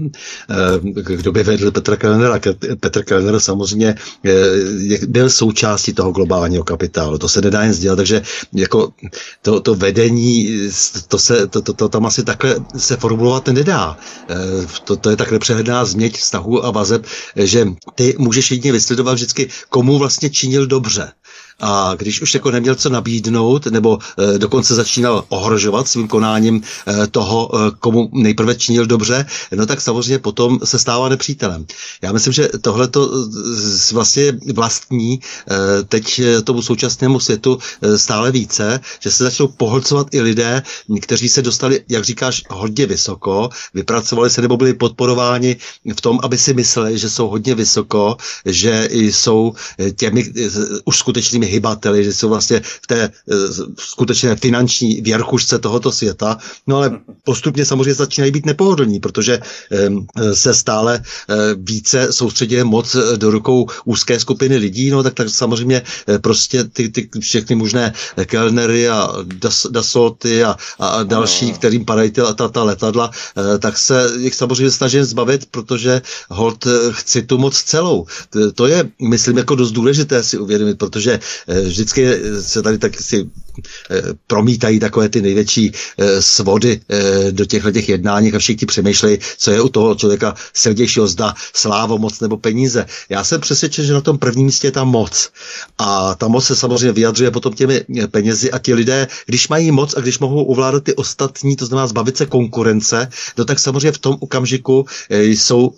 Kdo by vedl Petra Kellnera? Petr Kellner samozřejmě byl součástí toho globálního kapitálu. To se nedá jen sdělat, takže jako to, to vedení, to, se, to, to, to tam asi takhle se formulovat nedá. To, to je tak nepřehledná změť vztahu a vazeb, že ty můžeš jedině vysledovat vždycky, komu vlastně činil dobře. A když už jako neměl co nabídnout, nebo e, dokonce začínal ohrožovat svým konáním e, toho, e, komu nejprve činil dobře, no tak samozřejmě potom se stává nepřítelem. Já myslím, že tohleto z, vlastně vlastní e, teď tomu současnému světu e, stále více, že se začnou pohlcovat i lidé, kteří se dostali, jak říkáš, hodně vysoko, vypracovali se nebo byli podporováni v tom, aby si mysleli, že jsou hodně vysoko, že jsou těmi e, už skutečnými hybateli, že jsou vlastně v té uh, skutečné finanční věrchušce tohoto světa, no ale postupně samozřejmě začínají být nepohodlní, protože um, se stále uh, více soustředí moc do rukou úzké skupiny lidí, no tak, tak samozřejmě uh, prostě ty, ty všechny možné Kellnery a das, Dasoty a, a další, kterým padají ta, ta, ta letadla, uh, tak se jich samozřejmě snažím zbavit, protože hold uh, chci tu moc celou. To je, myslím, jako dost důležité si uvědomit, protože vždycky se tady tak si promítají takové ty největší svody do těchto těch jednáních a všichni přemýšlejí, co je u toho člověka silnějšího, zda sláva, moc nebo peníze. Já jsem přesvědčen, že na tom prvním místě je ta moc. A ta moc se samozřejmě vyjadřuje potom těmi penězi a ti lidé, když mají moc a když mohou ovládat ty ostatní, to znamená zbavit se konkurence, no tak samozřejmě v tom okamžiku jsou,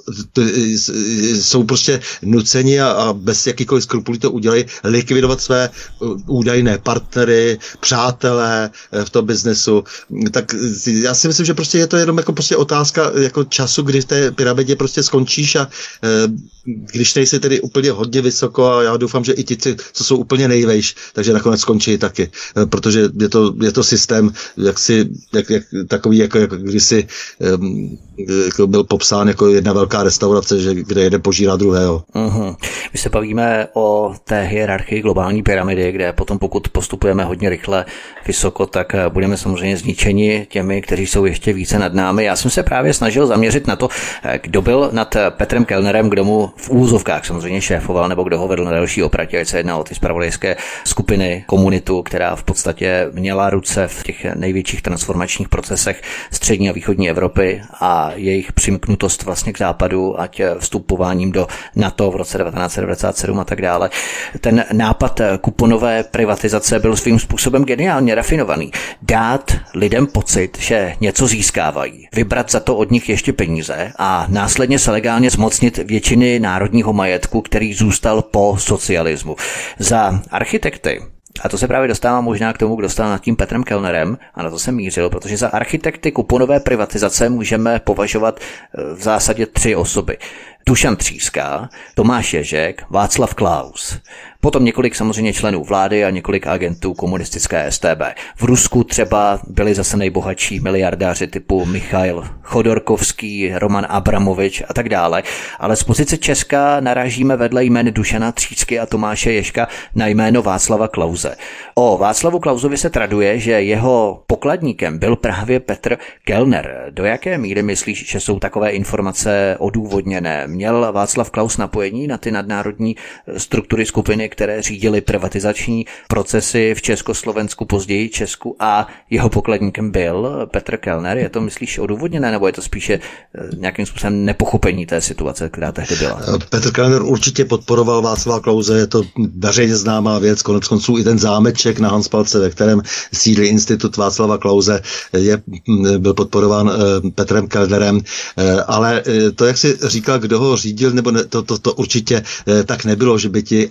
jsou prostě nuceni a, a bez jakýkoliv skrupulí to udělají likvidovat své údajné partnery, přátelé v tom biznesu. Tak já si myslím, že prostě je to jenom jako prostě otázka jako času, kdy v té pyramidě prostě skončíš a když nejsi tedy úplně hodně vysoko a já doufám, že i ti, co jsou úplně nejvejš, takže nakonec skončí taky, protože je to, je to systém jak si, jak, jak, takový, jako, jako kdysi um, jako byl popsán jako jedna velká restaurace, že, kde jeden požírá druhého. Uhum. My se bavíme o té hierarchii globální pyramidy, kde potom pokud postupujeme hodně rychle vysoko, tak budeme samozřejmě zničeni těmi, kteří jsou ještě více nad námi. Já jsem se právě snažil zaměřit na to, kdo byl nad Petrem Kellnerem, kdo mu v úvozovkách samozřejmě šéfoval, nebo kdo ho vedl na další opratě, ať se jedná o ty zpravodajské skupiny, komunitu, která v podstatě měla ruce v těch největších transformačních procesech střední a východní Evropy a jejich přimknutost vlastně k západu, ať vstupováním do NATO v roce devatenáct set devadesát sedm a tak dále. Ten nápad kuponové privatizace byl svým způsobem geniálně rafinovaný. Dát lidem pocit, že něco získávají, vybrat za to od nich ještě peníze a následně se legálně zmocnit většiny národního majetku, který zůstal po socialismu. Za architekty, a to se právě dostává možná k tomu, kdo stál nad tím Petrem Kellnerem, a na to jsem mířil, protože za architekty kuponové privatizace můžeme považovat v zásadě tři osoby. Dušan Tříska, Tomáš Ježek, Václav Klaus. Potom několik samozřejmě členů vlády a několik agentů komunistické S T B. V Rusku třeba byli zase nejbohatší miliardáři typu Michail Chodorkovský, Roman Abramovič a tak dále. Ale z pozice Česka narážíme vedle jmen Dušana Třísky a Tomáše Ježka na jméno Václava Klause. O Václavu Klausovi se traduje, že jeho pokladníkem byl právě Petr Kellner. Do jaké míry myslíš, že jsou takové informace odůvodněné? Měl Václav Klaus napojení na ty nadnárodní struktury skupiny, které řídily privatizační procesy v Československu, později Česku, a jeho pokladníkem byl Petr Kellner? Je to, myslíš, odůvodněné, nebo je to spíše nějakým způsobem nepochopení té situace, která tehdy byla? Petr Kellner určitě podporoval Václava Klause, je to veřejně známá věc, konec konců i ten zámeček na Hanspalce, ve kterém sídlí institut Václava Klause, je, byl podporován Petrem Kellnerem, ale to, jak jsi říkal, kdo ho řídil, nebo ne, to, to, to určitě tak nebylo, že by ti autoři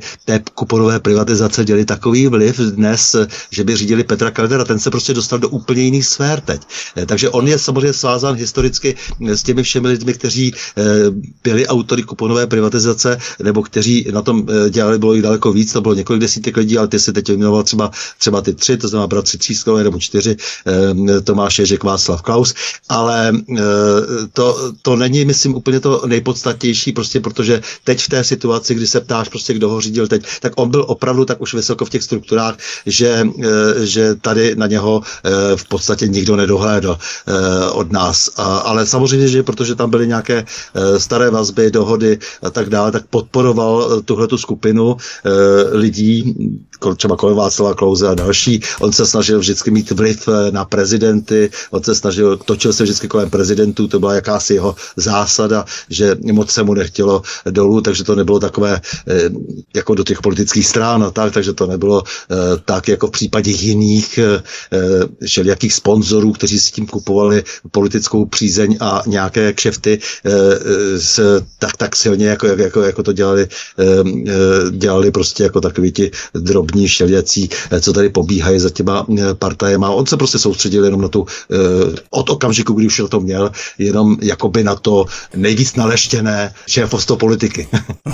té kuponové privatizace děli takový vliv dnes, že by řídili Petra Kellnera, ten se prostě dostal do úplně jiných sfér teď. Takže on je samozřejmě svázán historicky s těmi všemi lidmi, kteří byli autory kuponové privatizace, nebo kteří na tom dělali, bylo jich daleko víc, to bylo několik desítek lidí, ale ty se teď jmenoval třeba, třeba ty tři, to znamená bratři Třískové nebo čtyři, Tomáš Ježek, Václav Klaus, ale to, to není, myslím, úplně to nejpodstatnější, prostě protože teď v té situaci, kdy se ptáš prostě, kdo ho řídil teď, tak on byl opravdu tak už vysoko v těch strukturách, že, že tady na něho v podstatě nikdo nedohlédl od nás. Ale samozřejmě, že protože tam byly nějaké staré vazby, dohody a tak dále, tak podporoval tuhletu skupinu lidí, třeba kolem Václava Klause a další. On se snažil vždycky mít vliv na prezidenty, on se snažil, točil se vždycky kolem prezidentů, to byla jakási jeho zásada, že moc se mu nechtělo dolů, takže to nebylo takové jako do těch politických strán a tak, takže to nebylo tak jako v případě jiných všelijakých sponzorů, kteří si tím kupovali politickou přízeň a nějaké kšefty tak, tak silně, jako, jako, jako to dělali, dělali prostě jako takový ti drobní všelijací, co tady pobíhají za těma partajema. On se prostě soustředil jenom na tu, od okamžiku, kdy už na to měl, jenom jakoby na to nejvíc naleštěné šéfovstvo politiky.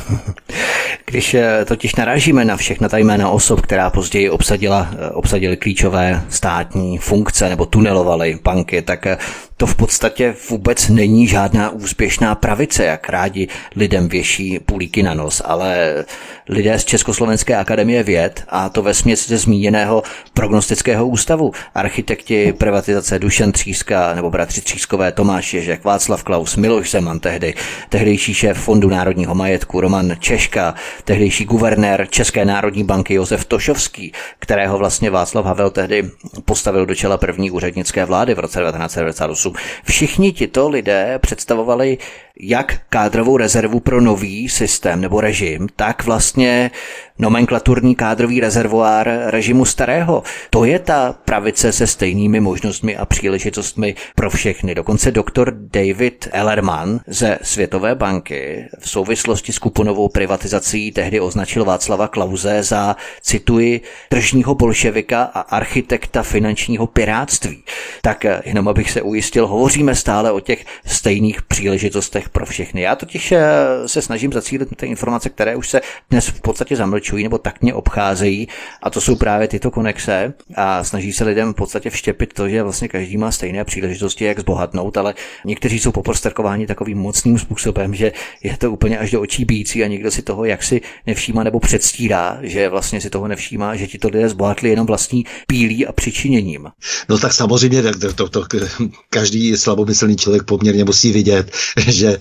Když totiž narážíme na všechna ta jména osob, která později obsadila, obsadili klíčové státní funkce nebo tunelovaly banky, tak to v podstatě vůbec není žádná úspěšná pravice, jak rádi lidem věší pulíky na nos, ale lidé z Československé akademie věd, a to vesměs ze zmíněného prognostického ústavu, architekti privatizace Dušan Tříska nebo bratři Třískové, Tomáš Ježek, Václav Klaus, Miloš Zeman tehdy, tehdejší šéf Fondu národního majetku Roman Češka, tehdejší guvernér České národní banky Josef Tošovský, kterého vlastně Václav Havel tehdy postavil do čela první úřednické vlády v roce devatenáct set devadesát osm. Všichni tito lidé představovali jak kádrovou rezervu pro nový systém nebo režim, tak vlastně nomenklaturní kádrový rezervoár režimu starého. To je ta pravice se stejnými možnostmi a příležitostmi pro všechny. Dokonce doktor David Ellerman ze Světové banky v souvislosti s kuponovou privatizací tehdy označil Václava Klause za, cituji, tržního bolševika a architekta finančního pirátství. Tak jenom abych se ujistil, hovoříme stále o těch stejných příležitostech pro všechny. Já totiž se snažím zacílit ty informace, které už se dnes v podstatě zamlčují nebo tak mě obcházejí, a to jsou právě tyto konexe, a snaží se lidem v podstatě vštěpit to, že vlastně každý má stejné příležitosti, jak zbohatnout, ale někteří jsou poprostrkováni takovým mocným způsobem, že je to úplně až do očí bijící a někdo si toho jaksi nevšímá nebo předstírá, že vlastně si toho nevšímá, že ti to lidé zbohatli jenom vlastní pílí a přičiněním. No tak samozřejmě to, to, to, každý slabomyslný člověk poměrně musí vidět, že,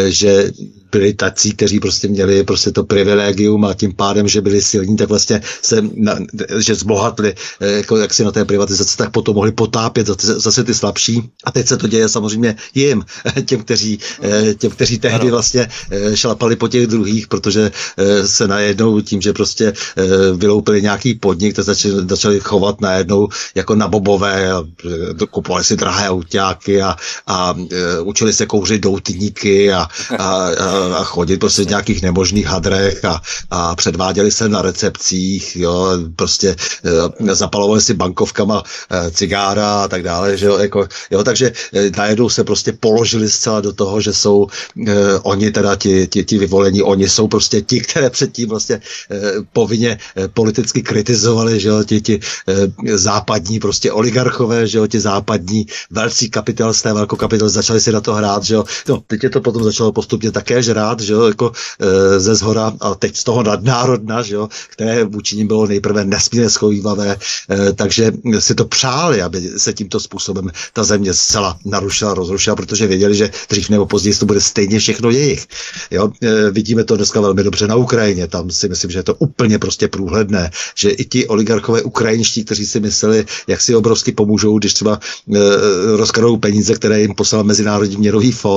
že byli tací, kteří prostě měli prostě to privilegium a tím pádem, že byli silní, tak vlastně se, na, že zbohatli jako jak si na té privatizaci, tak potom mohli potápět zase, zase ty slabší. A teď se to děje samozřejmě jim, těm, kteří, těm, kteří tehdy vlastně šlapali po těch druhých, protože se najednou tím, že prostě vyloupili nějaký podnik, tak začali, začali chovat najednou jako na bobové, kupovali si drahé autáky a, a učili se kouřit doutníky a, a, a chodit prostě v nějakých nemožných hadrech a, a předváděli se na recepcích, jo, prostě e, zapalovali si bankovkama e, cigára a tak dále, že jo, jako, jo, takže e, najednou se prostě položili zcela do toho, že jsou e, oni teda ti, ti, ti vyvolení, oni jsou prostě ti, které předtím vlastně e, povinně e, politicky kritizovali, že jo, ti, ti e, západní prostě oligarchové, že jo, ti západní velcí kapitalisté, velkokapitalisté začali si na to hrát, že jo, no, teď je to potom začalo postupně také žrát, že jo, jako e, ze zhora a teď z toho nadnárodna, že jo, které vůči nim bylo nejprve nesmírně schovývavé, e, takže si to přáli, aby se tímto způsobem ta země zcela narušila, rozrušila, protože věděli, že dřív nebo později to bude stejně všechno jejich. Jo, e, vidíme to dneska velmi dobře na Ukrajině, tam si myslím, že je to úplně prostě průhledné, že i ti oligarchové ukrajinští, kteří si mysleli, jak si obrovsky pomůžou, když třeba e, rozkradou peníze, které jim poslal Mezinárodní měnový fond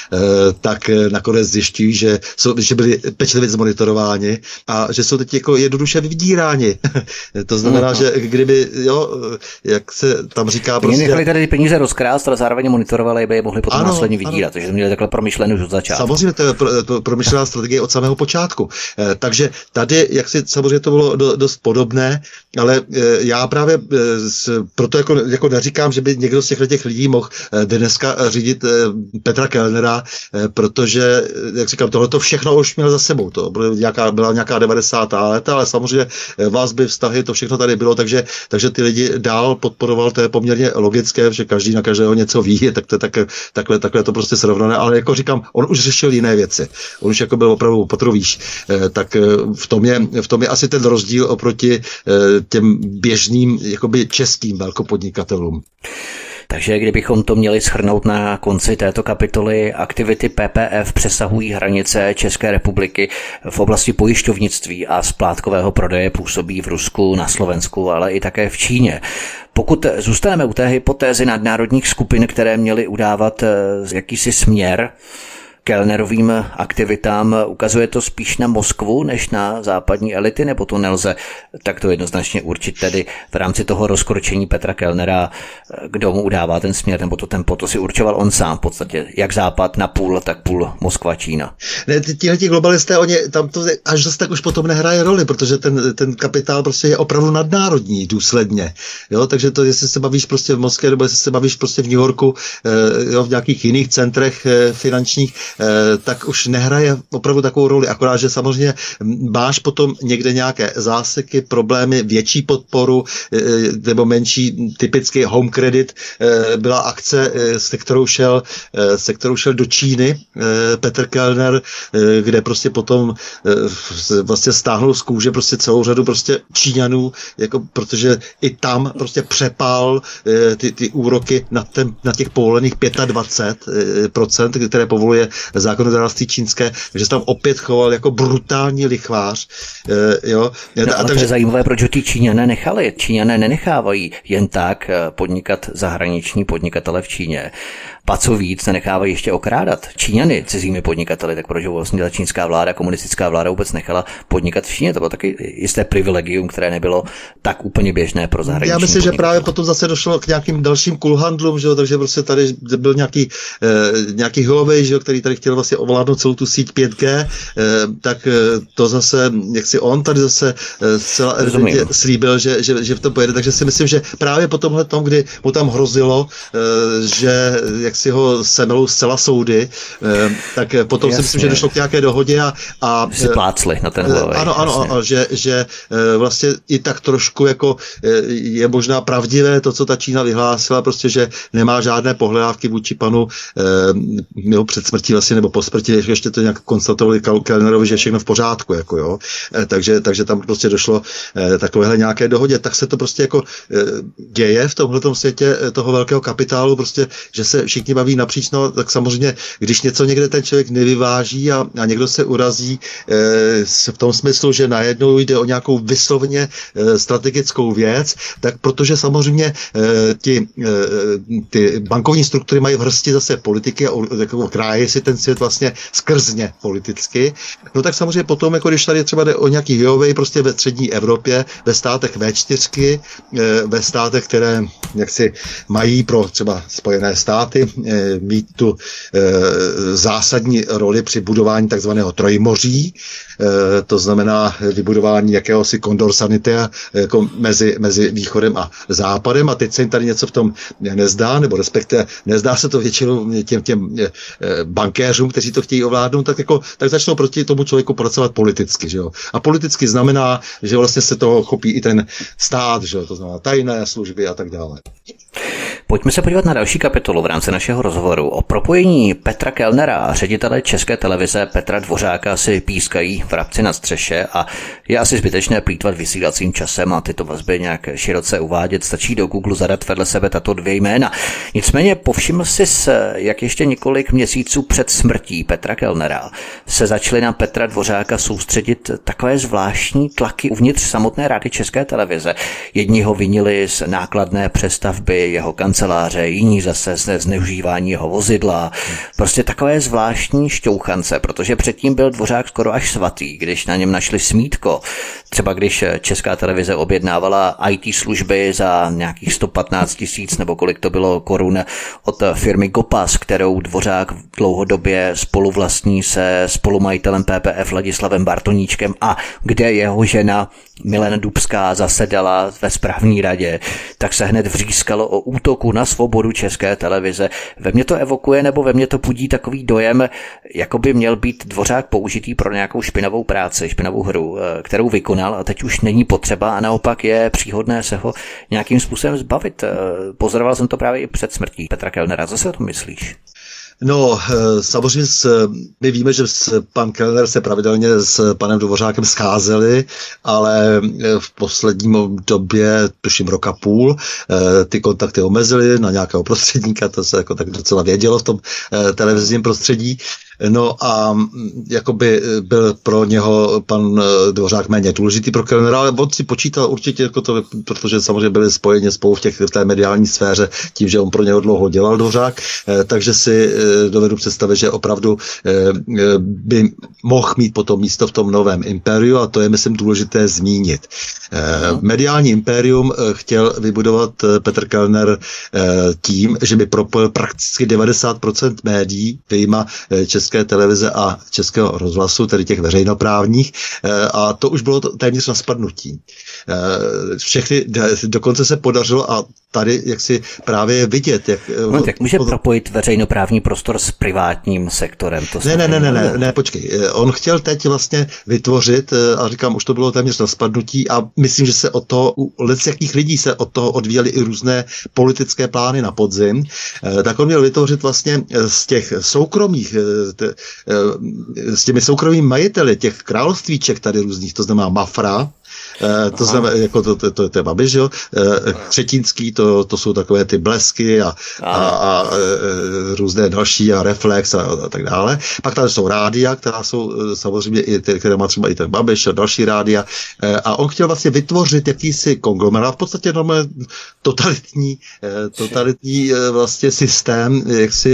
tak nakonec zjišťují, že, jsou, že byli pečlivě zmonitorováni a že jsou teď jako jednoduše vydíráni. To znamená, no, že kdyby, jo, jak se tam říká prostě... Nechali tady peníze rozkrást, ale zároveň monitorovali, aby je mohli potom ano, následně vydírat. Takže to měli takhle promyšlené už od začátku. Samozřejmě to je pro, to promyšlená strategie od samého počátku. Eh, takže tady, jak si samozřejmě to bylo do, dost podobné, ale eh, já právě eh, s, proto jako, jako neříkám, že by někdo z těch, těch lidí mohl eh, dneska řídit eh, Petra Kellnera, eh, protože, jak říkám, tohle to všechno už měl za sebou. To byla nějaká, byla nějaká devadesátá léta, ale samozřejmě eh, vazby, vztahy, to všechno tady bylo, takže, takže ty lidi dál podporoval, to je poměrně logické, že každý na každého něco ví, tak to tak, takhle, takhle to prostě srovnané, ale jako říkám, on už řešil jiné věci. On už jako byl opravdu potrovíš. Eh, tak eh, v tom je, v tom je asi ten rozdíl oproti eh, těm běžným jakoby českým velkopodnikatelům. Takže kdybychom to měli shrnout na konci této kapitoly, aktivity P P F přesahují hranice České republiky. V oblasti pojišťovnictví a splátkového prodeje působí v Rusku, na Slovensku, ale i také v Číně. Pokud zůstaneme u té hypotézy nadnárodních skupin, které měly udávat jakýsi směr Kellnerovým aktivitám, ukazuje to spíš na Moskvu než na západní elity, nebo to nelze takto jednoznačně určit tedy v rámci toho rozkročení Petra Kellnera, kdo mu udává ten směr, nebo to tempo, to si určoval on sám v podstatě, jak západ na půl, tak půl Moskva, Čína. Ne, tihleti globalisté, oni tam to až zase tak už potom nehraje roli, protože ten, ten kapitál prostě je opravdu nadnárodní důsledně, jo, takže to, jestli se bavíš prostě v Moskvě, nebo jestli se bavíš prostě v New Yorku, jo, v nějakých jiných centrech finančních, tak už nehraje opravdu takovou roli, akorát, že samozřejmě máš potom někde nějaké záseky, problémy, větší podporu nebo menší, typicky Home Credit byla akce, se kterou šel, se kterou šel do Číny Petr Kellner, kde prostě potom vlastně stáhnul z kůže prostě celou řadu prostě Číňanů, jako, protože i tam prostě přepál ty, ty úroky na, ten, na těch povolených dvacet pět procent, které povoluje zákonodárství čínské, že se tam opět choval jako brutální lichvář. E, jo. No, ale takže... to je zajímavé, proč ho ti Číňané nechali. Číňané nenechávají jen tak podnikat zahraniční podnikatele v Číně. Pa co víc, nenechávají ještě okrádat Číňany cizími podnikateli, tak proč vlastně ta čínská vláda, komunistická vláda vůbec nechala podnikat v Číně? To bylo taky jisté privilegium, které nebylo tak úplně běžné pro zahraniční. Já myslím, že právě potom zase došlo k nějakým dalším kulhandlům, že jo, takže prostě tady byl nějaký, eh, nějaký Huawei, že jo, který tady chtěl vlastně ovládnout celou tu síť pět G, eh, tak eh, to zase, jak si on tady zase eh, zcela evidentně slíbil, že, že, že v tom pojede, takže si myslím, že právě po tomhle tom, kdy mu tam hrozilo, eh, že jak si ho semelou zcela soudy, eh, tak potom Jasně. si myslím, že došlo k nějaké dohodě a... a si plácli na ten Huawei. Ano, ano, a že, že eh, vlastně i tak trošku jako eh, je možná pravdivé to, co ta Čína vyhlásila, prostě, že nemá žádné pohledávky vůči panu eh, jo, před smrtí vlastně, nebo po smrti, ještě to nějak konstatovali Kellnerovi, že je všechno v pořádku, jako jo. Eh, takže, takže tam prostě došlo eh, takovéhle nějaké dohodě. Tak se to prostě jako eh, děje v tomhletom světě eh, toho velkého kapitálu, prostě, že se všichni baví napříč, no, tak samozřejmě, když něco někde ten člověk nevyváží a, a někdo se urazí e, v tom smyslu, že najednou jde o nějakou vysloveně e, strategickou věc, tak protože samozřejmě e, ti, e, ty bankovní struktury mají v hrsti zase politiky a jako kráje si ten svět vlastně skrzně politicky, no tak samozřejmě potom, jako když tady třeba jde o nějaký Huawei prostě ve střední Evropě, ve státech vé čtyři, e, ve státech, které jaksi mají pro třeba Spojené státy mít tu e, zásadní roli při budování takzvaného trojmoří, e, to znamená vybudování jakéhosi condor sanitéra jako mezi, mezi východem a západem, a teď se jim tady něco v tom nezdá, nebo respektive nezdá se to většinou těm, těm e, bankéřům, kteří to chtějí ovládnout, tak, jako, tak začnou proti tomu člověku pracovat politicky. Že jo? A politicky znamená, že vlastně se toho chopí i ten stát, že jo? To znamená tajné služby a tak dále. Pojďme se podívat na další kapitolu v rámci našeho rozhovoru. O propojení Petra Kellnera a ředitele České televize Petra Dvořáka si pískají vrabci na střeše a je asi zbytečné plýtvat vysílacím časem a tyto vazby nějak široce uvádět. Stačí do Google zadat vedle sebe tato dvě jména. Nicméně povšiml si, jak ještě několik měsíců před smrtí Petra Kellnera se začaly na Petra Dvořáka soustředit takové zvláštní tlaky uvnitř samotné Rady České televize. Jedni ho vinili z nákladné přestavby jeho kanceláře, kanceláře, jiní zase zneužívání jeho vozidla. Prostě takové zvláštní šťouchance, protože předtím byl Dvořák skoro až svatý, když na něm našli smítko. Třeba když Česká televize objednávala í té služby za nějakých sto patnáct tisíc nebo kolik to bylo korun od firmy Gopas, kterou Dvořák dlouhodobě spoluvlastní se spolumajitelem P P F Ladislavem Bartoníčkem a kde jeho žena Milena Dubská zasedala ve správní radě, tak se hned vřískalo o útoku na svobodu České televize. Ve mně to evokuje, nebo ve mně to budí takový dojem, jako by měl být Dvořák použitý pro nějakou špinavou práci, špinavou hru, kterou vykonal a teď už není potřeba a naopak je příhodné se ho nějakým způsobem zbavit. Pozoroval jsem to právě i před smrtí Petra Kellnera. Co si o tom myslíš? No, samozřejmě my víme, že pan Kellner se pravidelně s panem Dvořákem scházeli, ale v posledním době, tuším roka půl, ty kontakty omezili na nějakého prostředníka, to se jako tak docela vědělo v tom televizním prostředí. No a jakoby byl pro něho pan Dvořák méně důležitý pro Kellnera, ale on si počítal určitě, jako to, protože samozřejmě byli spojeni spolu v, těch, v té mediální sféře tím, že on pro něho dlouho dělal Dvořák, takže si dovedu představit, že opravdu by mohl mít potom místo v tom novém impériu a to je, myslím, důležité zmínit. Mediální impérium chtěl vybudovat Petr Kellner tím, že by propojil prakticky devadesát procent médií, vyjma České televize a Českého rozhlasu, tedy těch veřejnoprávních, a to už bylo téměř na spadnutí. Všechny, dokonce se podařilo a tady jak si právě je vidět. Jak, no, jak může od... propojit veřejnoprávní prostor s privátním sektorem? To ne, ne, ne, ne, ne, ne, počkej. On chtěl teď vlastně vytvořit, a říkám, už to bylo téměř na spadnutí a myslím, že se od toho, u jakých lidí se od toho odvíjely i různé politické plány na podzim, tak on měl vytvořit vlastně z těch soukromých, s těmi soukromými majiteli těch královstvíček tady různých, to znamená Mafra, Uh, to znamená, jako to, to, to, to je Babiš, jo? Uh, Křetínský, to, to jsou takové ty Blesky a, a, a uh, různé další a Reflex a, a tak dále. Pak tady jsou rádia, která jsou uh, samozřejmě i ty, které má třeba i ten Babiš a další rádia. Uh, a on chtěl vlastně vytvořit jakýsi konglomerát, v podstatě normálně totalitní, uh, totalitní uh, vlastně systém, jaksi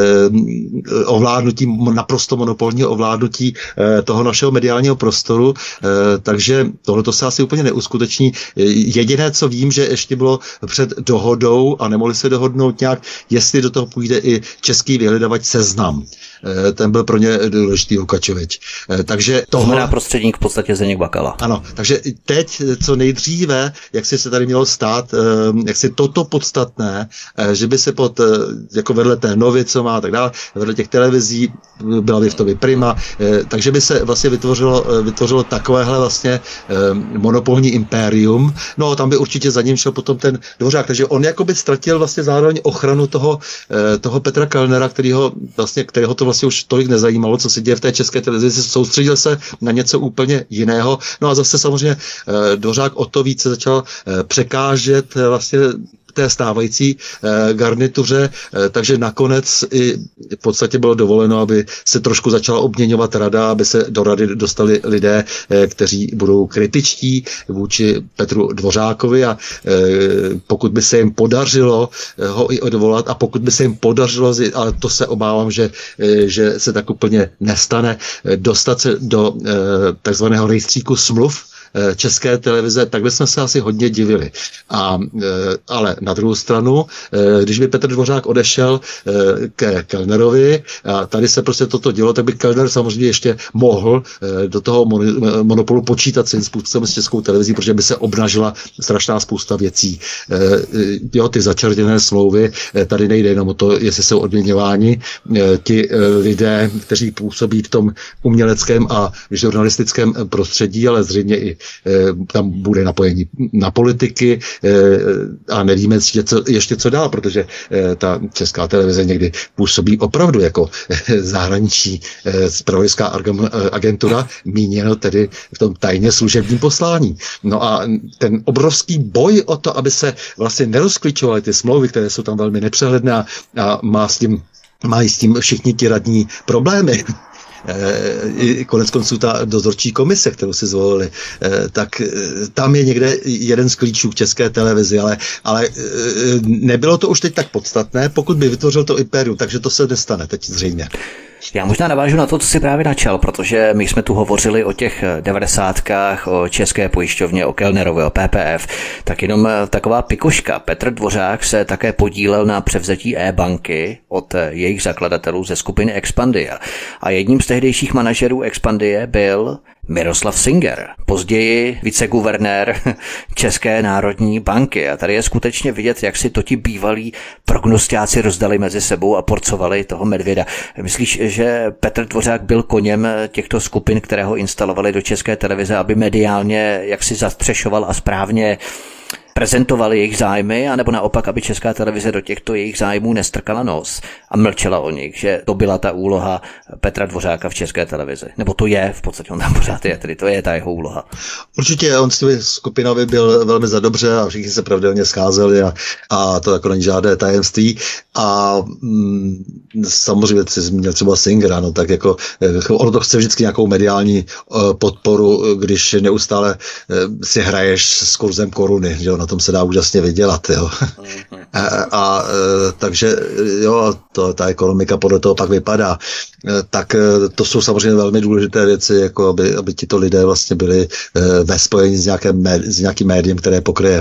uh, ovládnutí, naprosto monopolní ovládnutí uh, toho našeho mediálního prostoru. Uh, takže tohle to se asi úplně neuskuteční. Jediné, co vím, že ještě bylo před dohodou a nemohli se dohodnout nějak, jestli do toho půjde i český vyhledávač Seznam. Ten byl pro ně důležitý Lukačovič. Takže tohle... To znamená prostředník v podstatě Zdeněk Bakala. Ano, takže teď co nejdříve, jak si se tady mělo stát, jak si toto podstatné, že by se pod, jako vedle té Novy, co má a tak dále, vedle těch televizí, byla by v tom i Prima, takže by se vlastně vytvořilo, vytvořilo takovéhle vlastně monopolní impérium. No, tam by určitě za ním šel potom ten Dvořák, takže on jakoby ztratil vlastně zároveň ochranu toho, toho Petra Kellnera, kterýho vlastně, kterého to vlastně už tolik nezajímalo, co se děje v té České televizi, soustředil se na něco úplně jiného. No a zase samozřejmě Dvořák o to více začal překážet vlastně té stávající eh, garnituře, eh, takže nakonec i v podstatě bylo dovoleno, aby se trošku začala obměňovat rada, aby se do rady dostali lidé, eh, kteří budou kritičtí vůči Petru Dvořákovi a eh, pokud by se jim podařilo eh, ho i odvolat a pokud by se jim podařilo, ale to se obávám, že, eh, že se tak úplně nestane, eh, dostat se do eh, takzvaného rejstříku smluv České televize, tak bychom se asi hodně divili. A, ale na druhou stranu, když by Petr Dvořák odešel ke Kellnerovi a tady se prostě toto dělo, tak by Kellner samozřejmě ještě mohl do toho monopolu počítat svým způsobem s Českou televizí, protože by se obnažila strašná spousta věcí. Jo, ty začerněné smlouvy, tady nejde jenom o to, jestli jsou odměňováni ti lidé, kteří působí v tom uměleckém a žurnalistickém prostředí, ale zřejmě i tam bude napojení na politiky a nevíme ještě co, ještě co dál, protože ta Česká televize někdy působí opravdu jako zahraniční zpravodajská agentura, míněno tedy v tom tajně služebním poslání. No a ten obrovský boj o to, aby se vlastně nerozklíčovaly ty smlouvy, které jsou tam velmi nepřehledné a má s tím, mají s tím všichni ti radní problémy, i konec konců ta dozorčí komise, kterou si zvolili, tak tam je někde jeden z klíčů k České televizi, ale, ale nebylo to už teď tak podstatné, pokud by vytvořil to impérium, takže to se nestane teď zřejmě. Já možná navážu na to, co jsi právě načal, protože my jsme tu hovořili o těch devadesátkách, o České pojišťovně, o Kellnerovi, o P P F, tak jenom taková pikoška. Petr Dvořák se také podílel na převzetí e-banky od jejich zakladatelů ze skupiny Expandia. A jedním z tehdejších manažerů Expandie byl Miroslav Singer, později viceguvernér České národní banky. A tady je skutečně vidět, jak si to ti bývalí prognostáci rozdali mezi sebou a porcovali toho medvěda. Myslíš, že Petr Dvořák byl koněm těchto skupin, které ho instalovali do České televize, aby mediálně jaksi zastřešoval a správně prezentovali jejich zájmy, anebo naopak, aby Česká televize do těchto jejich zájmů nestrkala nos a mlčela o nich, že to byla ta úloha Petra Dvořáka v České televizi. Nebo to je, v podstatě on tam pořád je, tedy to je ta jeho úloha. Určitě, on s těmi skupinami byl velmi za dobře a všichni se pravidelně scházeli a, a to jako není žádné tajemství. A mm, samozřejmě jsi zmínil třeba Singera, no tak jako ono to chce vždycky nějakou mediální uh, podporu, když neustále uh, si hraješ s kurzem koruny, že jo, na tom se dá úžasně vydělat, jo. a, a takže jo, to, ta ekonomika podle toho pak vypadá. Tak to jsou samozřejmě velmi důležité věci, jako aby, aby tito lidé vlastně byli ve spojení s, nějakým, s nějakým médiem, které pokryje.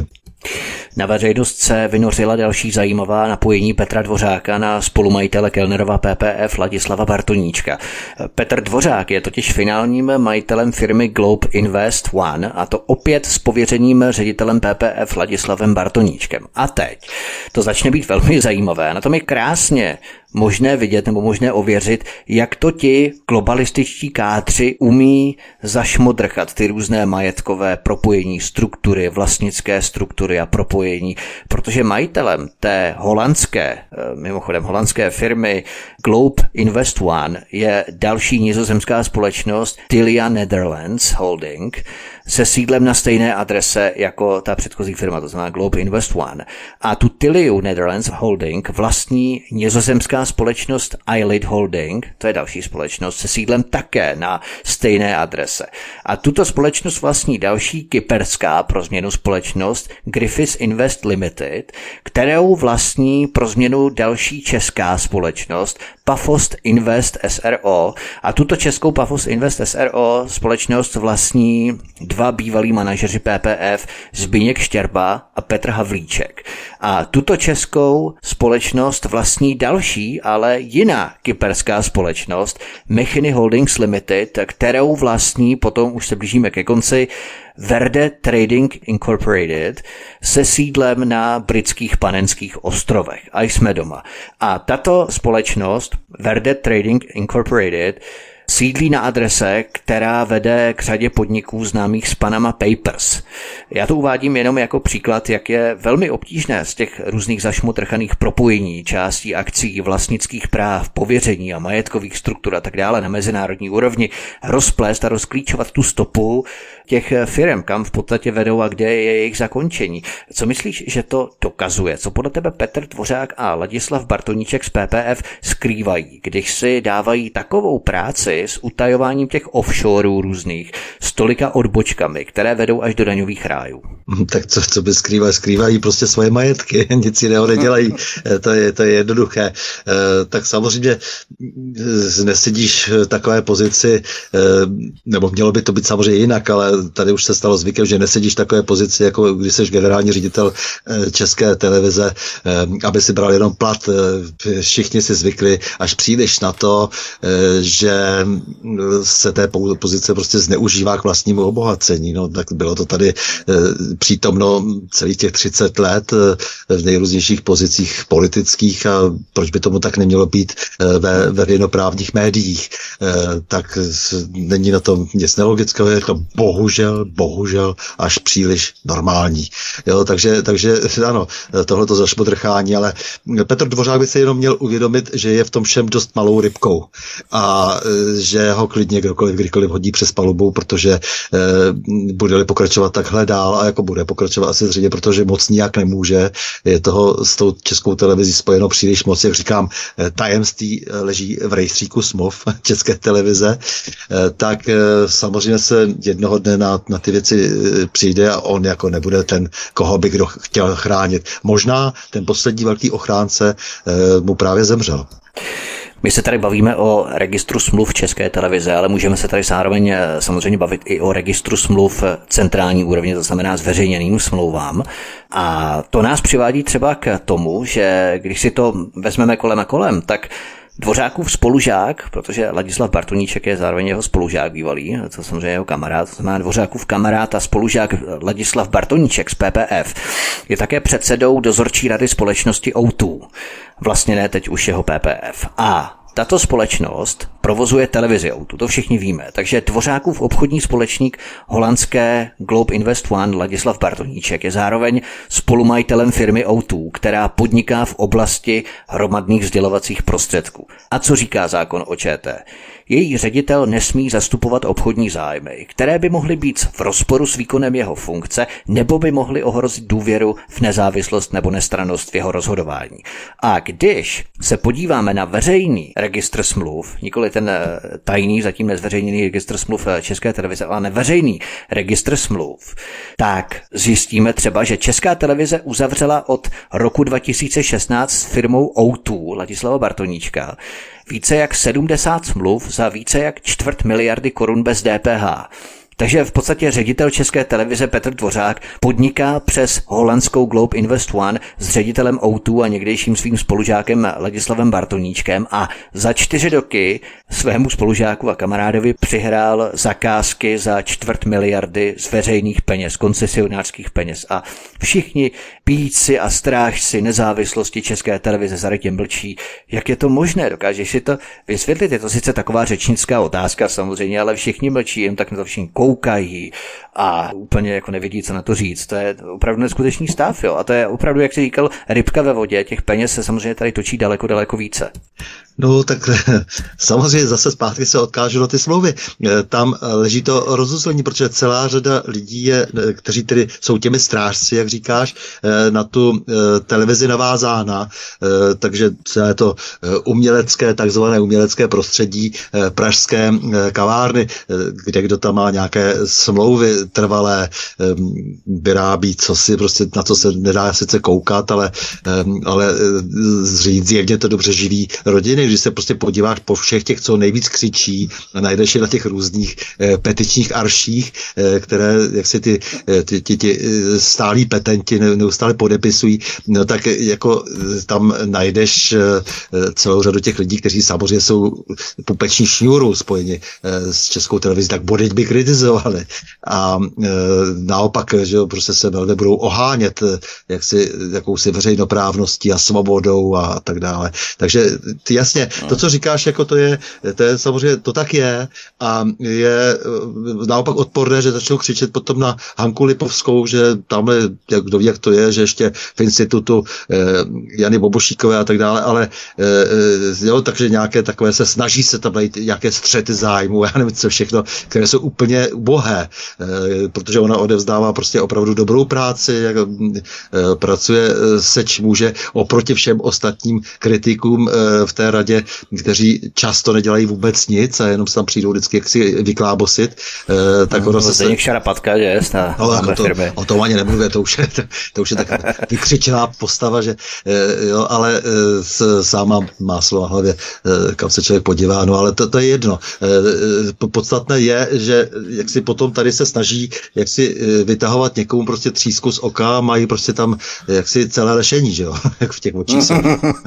Na veřejnost se vynořila další zajímavá napojení Petra Dvořáka na spolumajitele Kellnerova P P F Ladislava Bartoníčka. Petr Dvořák je totiž finálním majitelem firmy Globe Invest One, a to opět s pověřeným ředitelem P P F Ladislavem Bartoníčkem. A teď to začne být velmi zajímavé. Na tom je krásně možné vidět nebo možné ověřit, jak to ti globalističtí kádři umí zašmodrchat ty různé majetkové propojení, struktury, vlastnické struktury a propojení, protože majitelem té holandské, mimochodem holandské firmy Globe Invest One je další nizozemská společnost Tilia Netherlands Holding se sídlem na stejné adrese jako ta předchozí firma, to znamená Globe Invest One. A tu Tiliu Netherlands Holding vlastní nizozemská společnost Eylit Holding, to je další společnost se sídlem také na stejné adrese. A tuto společnost vlastní další kyperská pro změnu společnost Griffiths Invest Limited, kterou vlastní pro změnu další česká společnost Pafost Invest S R O, a tuto českou Pafost Invest S R O společnost vlastní dva bývalí manažeři P P F, Zbyněk Štěrba a Petr Havlíček. A tuto českou společnost vlastní další, ale jiná kyperská společnost Mechiny Holdings Limited, kterou vlastní, potom už se blížíme ke konci, Verde Trading Incorporated se sídlem na britských Panenských ostrovech. A jsme doma. A tato společnost Verde Trading Incorporated sídlí na adrese, která vede k řadě podniků známých z Panama Papers. Já to uvádím jenom jako příklad, jak je velmi obtížné z těch různých zašmotrchaných propojení, částí akcí, vlastnických práv, pověření a majetkových struktur a tak dále na mezinárodní úrovni rozplést a rozklíčovat tu stopu těch firm, kam v podstatě vedou a kde je jejich zakončení. Co myslíš, že to dokazuje? Co podle tebe Petr Dvořák a Ladislav Bartoníček z P P F skrývají, když si dávají takovou práci s utajováním těch offshoreů různých, s tolika odbočkami, které vedou až do daňových rájů? Tak co, co by skrývají? Skrývají prostě svoje majetky, nic jiného nedělají. To je, to je jednoduché. Tak samozřejmě nesedíš v takové pozici, nebo mělo by to být samozřejmě jinak, ale tady už se stalo zvykem, že nesedíš v takové pozici, jako když jsi generální ředitel České televize, aby si bral jenom plat. Všichni si zvykli až příliš na to, že se té pozice prostě zneužívá k vlastnímu obohacení. No, tak bylo to tady přítomno celých těch třicet let v nejrůznějších pozicích politických, a proč by tomu tak nemělo být ve veřejnoprávních médiích. Tak není na tom nic nelogického, je to bohužel, bohužel až příliš normální. Jo, takže, takže ano, tohleto zašmodrchání, ale Petr Dvořák by se jenom měl uvědomit, že je v tom všem dost malou rybkou a že ho klidně kdokoliv, kdykoliv hodí přes palubu, protože eh, bude-li pokračovat takhle dál, a jako bude pokračovat asi zřejmě, protože moc nijak nemůže. Je toho s tou Českou televizí spojeno příliš moc, jak říkám, tajemství leží v rejstříku smluv České televize, tak samozřejmě se jednoho dne na, na ty věci přijde a on jako nebude ten, koho by kdo chtěl chránit. Možná ten poslední velký ochránce mu právě zemřel. My se tady bavíme o registru smluv České televize, ale můžeme se tady zároveň samozřejmě bavit i o registru smluv centrální úrovně, to znamená zveřejněným smlouvám. A to nás přivádí třeba k tomu, že když si to vezmeme kolem a kolem, tak Dvořákův spolužák, protože Ladislav Bartoníček je zároveň jeho spolužák bývalý, to samozřejmě jeho kamarád, to znamená Dvořákův kamarád a spolužák Ladislav Bartoníček z P P F, je také předsedou dozorčí rady společnosti O dva, vlastně ne teď už jeho P P F. A tato společnost provozuje televizi O dva, to všichni víme. Takže Dvořákův obchodní společník holandské Globe Invest One Ladislav Bartoníček je zároveň spolumajitelem firmy O dva, která podniká v oblasti hromadných sdělovacích prostředků. A co říká zákon o ČT? Její ředitel nesmí zastupovat obchodní zájmy, které by mohly být v rozporu s výkonem jeho funkce nebo by mohly ohrozit důvěru v nezávislost nebo nestrannost v jeho rozhodování. A když se podíváme na veřejný registr smluv, nikoli ten tajný, zatím nezveřejněný registr smluv České televize, ale neveřejný registr smluv, tak zjistíme třeba, že Česká televize uzavřela od roku dva tisíce šestnáct s firmou O dva Ladislava Bartoníčka více jak sedmdesát smluv za více jak čtvrt miliardy korun bez D P H. Takže v podstatě ředitel České televize Petr Dvořák podniká přes holandskou Globe Invest One s ředitelem O dva a někdejším svým spolužákem Ladislavem Bartoníčkem a za čtyři roky svému spolužáku a kamarádovi přihrál zakázky za čtvrt miliardy z veřejných peněz, koncesionářských peněz a všichni píci a strážci nezávislosti České televize zarytě mlčí. Jak je to možné? Dokážeš si to vysvětlit? Je to sice taková řečnická otázka samozřejmě, ale všichni mlčí, jen tak na to všichni koukají a úplně jako nevidí, co na to říct. To je opravdu neskutečný stav, jo. A to je opravdu, jak jsi říkal, rybka ve vodě. Těch peněz se samozřejmě tady točí daleko, daleko více. No tak samozřejmě zase zpátky se odkážu na ty smlouvy. Tam leží to rozuzlení, protože celá řada lidí je, kteří tedy jsou těmi strážci, jak říkáš, na tu televizi navázána, takže je to umělecké, takzvané umělecké prostředí pražské kavárny, kde kdo tam má nějaké smlouvy trvalé, vyrábí cosi, prostě na to se nedá sice koukat, ale, ale zřejmě to dobře živí rodiny. Když se prostě podíváš po všech těch, co nejvíc křičí, a najdeš je na těch různých eh, petičních arších, eh, které jak si ty, ty, ty, ty stálí petenti neustále podepisují, no tak jako tam najdeš eh, celou řadu těch lidí, kteří samozřejmě jsou pupeční šňůru spojeni eh, s Českou televizí, tak bodeď by kritizovali. A eh, naopak, že prostě se velmi budou ohánět eh, jaksi, jakousi veřejnoprávností a svobodou a tak dále. Takže ty jasně, to, co říkáš, jako to je, to je samozřejmě, to tak je a je naopak odporné, že začnou křičet potom na Hanku Lipovskou, že tamhle, jak, kdo ví, jak to je, že ještě v institutu eh, Jany Bobošíkové a tak dále, ale eh, jo, takže nějaké takové se snaží se tam najít nějaké střety zájmu, já nevím co všechno, které jsou úplně ubohé, eh, protože ona odevzdává prostě opravdu dobrou práci, jak, eh, pracuje eh, seč může oproti všem ostatním kritikům eh, v té radě, kteří často nedělají vůbec nic a jenom se tam přijdou vždycky jaksi vyklábosit. Eh, tak no, ono se... Zdeněk Šarapatka, že? Na, no, na to, o tom ani nemluvě, to už je, to, to už je tak vykřičená postava, že eh, jo, ale eh, s, sáma má slova hlavě, eh, kam se člověk podívá, no ale to, to je jedno. Eh, podstatné je, že jak si potom tady se snaží jak si eh, vytahovat někomu prostě třísku z oka, mají prostě tam jak si celé lešení, že jo, jak v těch očích jsou.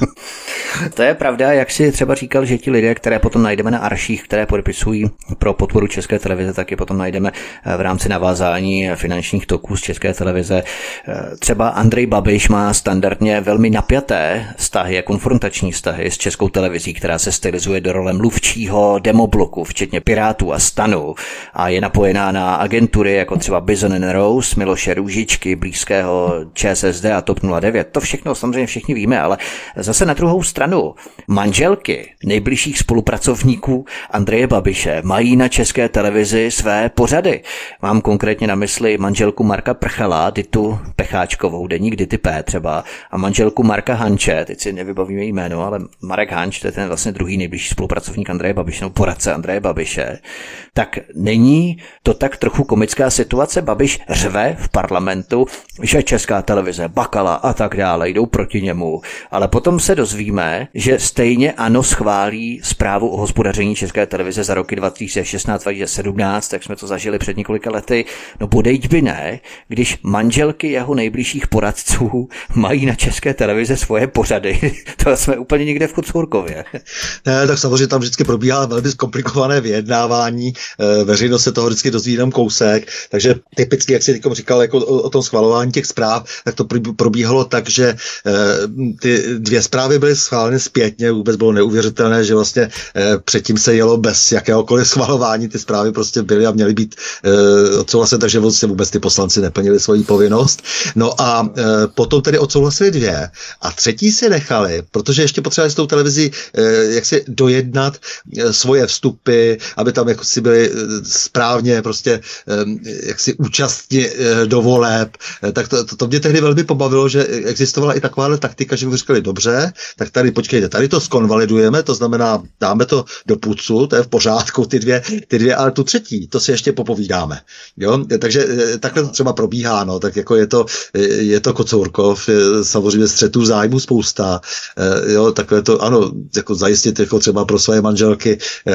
To je pravda, jak si třeba říkal, že ti lidé, které potom najdeme na arších, které podepisují pro podporu České televize, tak je potom najdeme v rámci navázání finančních toků z České televize. Třeba Andrej Babiš má standardně velmi napjaté vztahy a konfrontační vztahy s Českou televizí, která se stylizuje do role mluvčího demobloku, včetně Pirátů a Stanu a je napojená na agentury jako třeba Bizon and Rose, Miloše Růžičky, blízkého ČSSD a TOP nula devět. To všechno samozřejmě všichni víme, ale zase na druhou stranu stranu manželky nejbližších spolupracovníků Andreje Babiše mají na České televizi své pořady. Mám konkrétně na mysli manželku Marka Prchala, Ditu Pecháčkovou, deník Dity P třeba, a manželku Marka Hanče, teď si nevybavíme jméno, ale Marek Hanč, to je ten vlastně druhý nejbližší spolupracovník Andreje Babiše, no poradce Andreje Babiše. Tak není to tak trochu komická situace? Babiš řve v parlamentu, že Česká televize, Bakala a tak dále jdou proti němu, ale potom se dozvíme, že stejně ANO schválí zprávu o hospodaření České televize za roky dva tisíce šestnáct dva tisíce sedmnáct, tak jsme to zažili před několika lety. No bodejť by ne, když manželky jeho nejbližších poradců mají na České televize svoje pořady. To jsme úplně někde v Kocůrkově. Ne, tak samozřejmě tam vždycky probíhá velmi komplikované vyjednávání, veřejnost se toho vždycky dozví jenom kousek, takže typicky, jak jsi teď říkal, jako o, o tom schvalování těch zpráv, tak to probíhalo tak, že ty dvě zprávy byly schváleny zpětně, vůbec bylo neuvěřitelné, že vlastně předtím se jelo bez jakéhokoliv schvalování, ty zprávy prostě byly a měly být odsouhlaseny, takže vlastně vůbec ty poslanci neplnili svoji povinnost. No a potom tedy odsouhlasili dvě a třetí si nechali, protože ještě potřebovali s tou televizí jak si dojednat svoje vstupy, aby tam jako si byli správně prostě jak si účastní do voleb, tak to, to, to mě tehdy velmi pobavilo, že existovala i takováhle taktika, že by říkali, dobře, tak tady počkejte, tady to skonvalidujeme, to znamená, dáme to do pucu, to je v pořádku, ty dvě, ty dvě, ale tu třetí, to si ještě popovídáme. Jo? Takže takhle to třeba probíhá, no, tak jako je to, je to Kocourkov, samozřejmě střetů zájmu spousta, jo, takhle to, ano, jako zajistit jako třeba pro své manželky,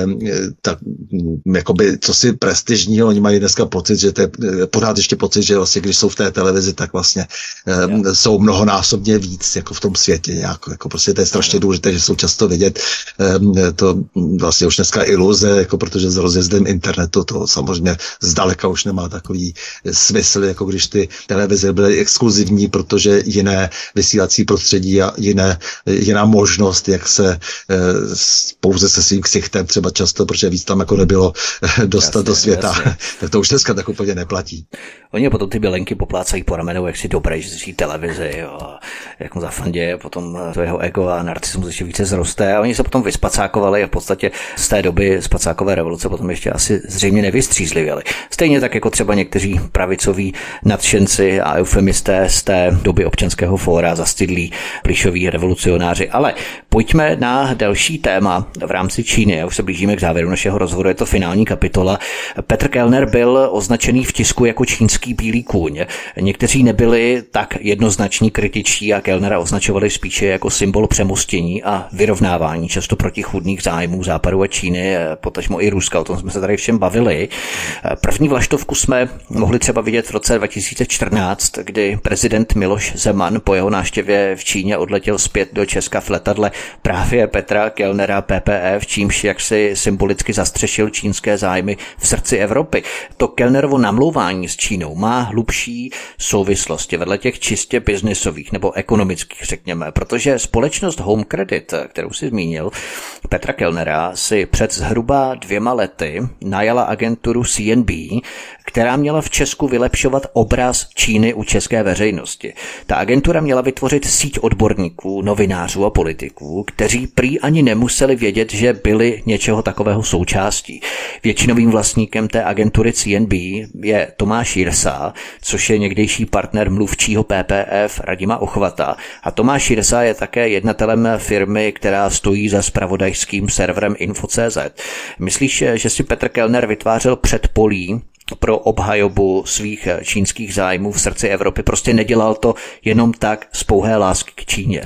tak jakoby co si prestižního, oni mají dneska pocit, že to je pořád ještě pocit, že vlastně, když jsou v té televizi, tak vlastně um, jsou mnohonásobně víc jako v tom světě nějak, jako prostě to je strašně důležité, že jsou často vidět, um, to vlastně už dneska iluze, jako protože s rozjezdem internetu to samozřejmě zdaleka už nemá takový smysl, jako když ty televize byly exkluzivní, protože jiné vysílací prostředí a jiné, jiná možnost, jak se uh, pouze se svým ksichtem třeba často, protože víc tam jako nebylo dostat jasně, do světa, jasně. Tak to už dneska tak úplně neplatí. Oni potom ty bylenky poplácají po ramenou, jak si dobré, že si televizi, jo, jak mu zafandě, potom to jeho ego a narcismus ještě více zroste a oni se potom vyspacákovali a v podstatě z té doby spacákové revoluce potom ještě asi zřejmě nevystřízlivěli. Stejně tak jako třeba někteří pravicoví nadšenci a eufemisté z té doby občanského fóra, zastydlí plišoví revolucionáři. Ale pojďme na další téma v rámci Číny. Už se blížíme k závěru našeho rozhovoru, je to finální kapitola. Petr Kellner byl označený v tisku jako čínský bílý kůň. Někteří nebyli tak jednoznační kritičtí a Kellnera označovali spíše jako symbol přemostění a vyrovnávání často protichůdných zájmů Západu a Číny, potažmo i Ruska, o tom jsme se tady všem bavili. První vlaštovku jsme mohli třeba vidět v roce dva tisíce čtrnáct, kdy prezident Miloš Zeman po jeho návštěvě v Číně odletěl zpět do Česka v letadle právě Petra Kellnera P P F, čímž jaksi symbolicky zastřešil čínské zájmy v srdci Evropy. To Kellnerovo namlouvání s Čínou má hlubší souvislosti vedle těch čistě biznisových nebo ekonomických, řekněme, protože společnost Home Credit, kterou si zmínil, Petra Kellnera, si před zhruba dvěma lety najala agenturu C N B, která měla v Česku vylepšovat obraz Číny u české veřejnosti. Ta agentura měla vytvořit síť odborníků, novinářů a politiků, kteří prý ani nemuseli vědět, že byli něčeho takového součástí. Většinovým vlastníkem té agentury C N B je Tomáš Jirsa, což je někdejší partner mluvčího P P F Radima Ochvata. A Tomáš Jirsa je také jednatelem firmy, která stojí za zpravodajským serverem info tečka cé zet. Myslíš, že si Petr Kellner vytvářel předpolí pro obhajobu svých čínských zájmů v srdci Evropy? Prostě nedělal to jenom tak z pouhé lásky k Číně.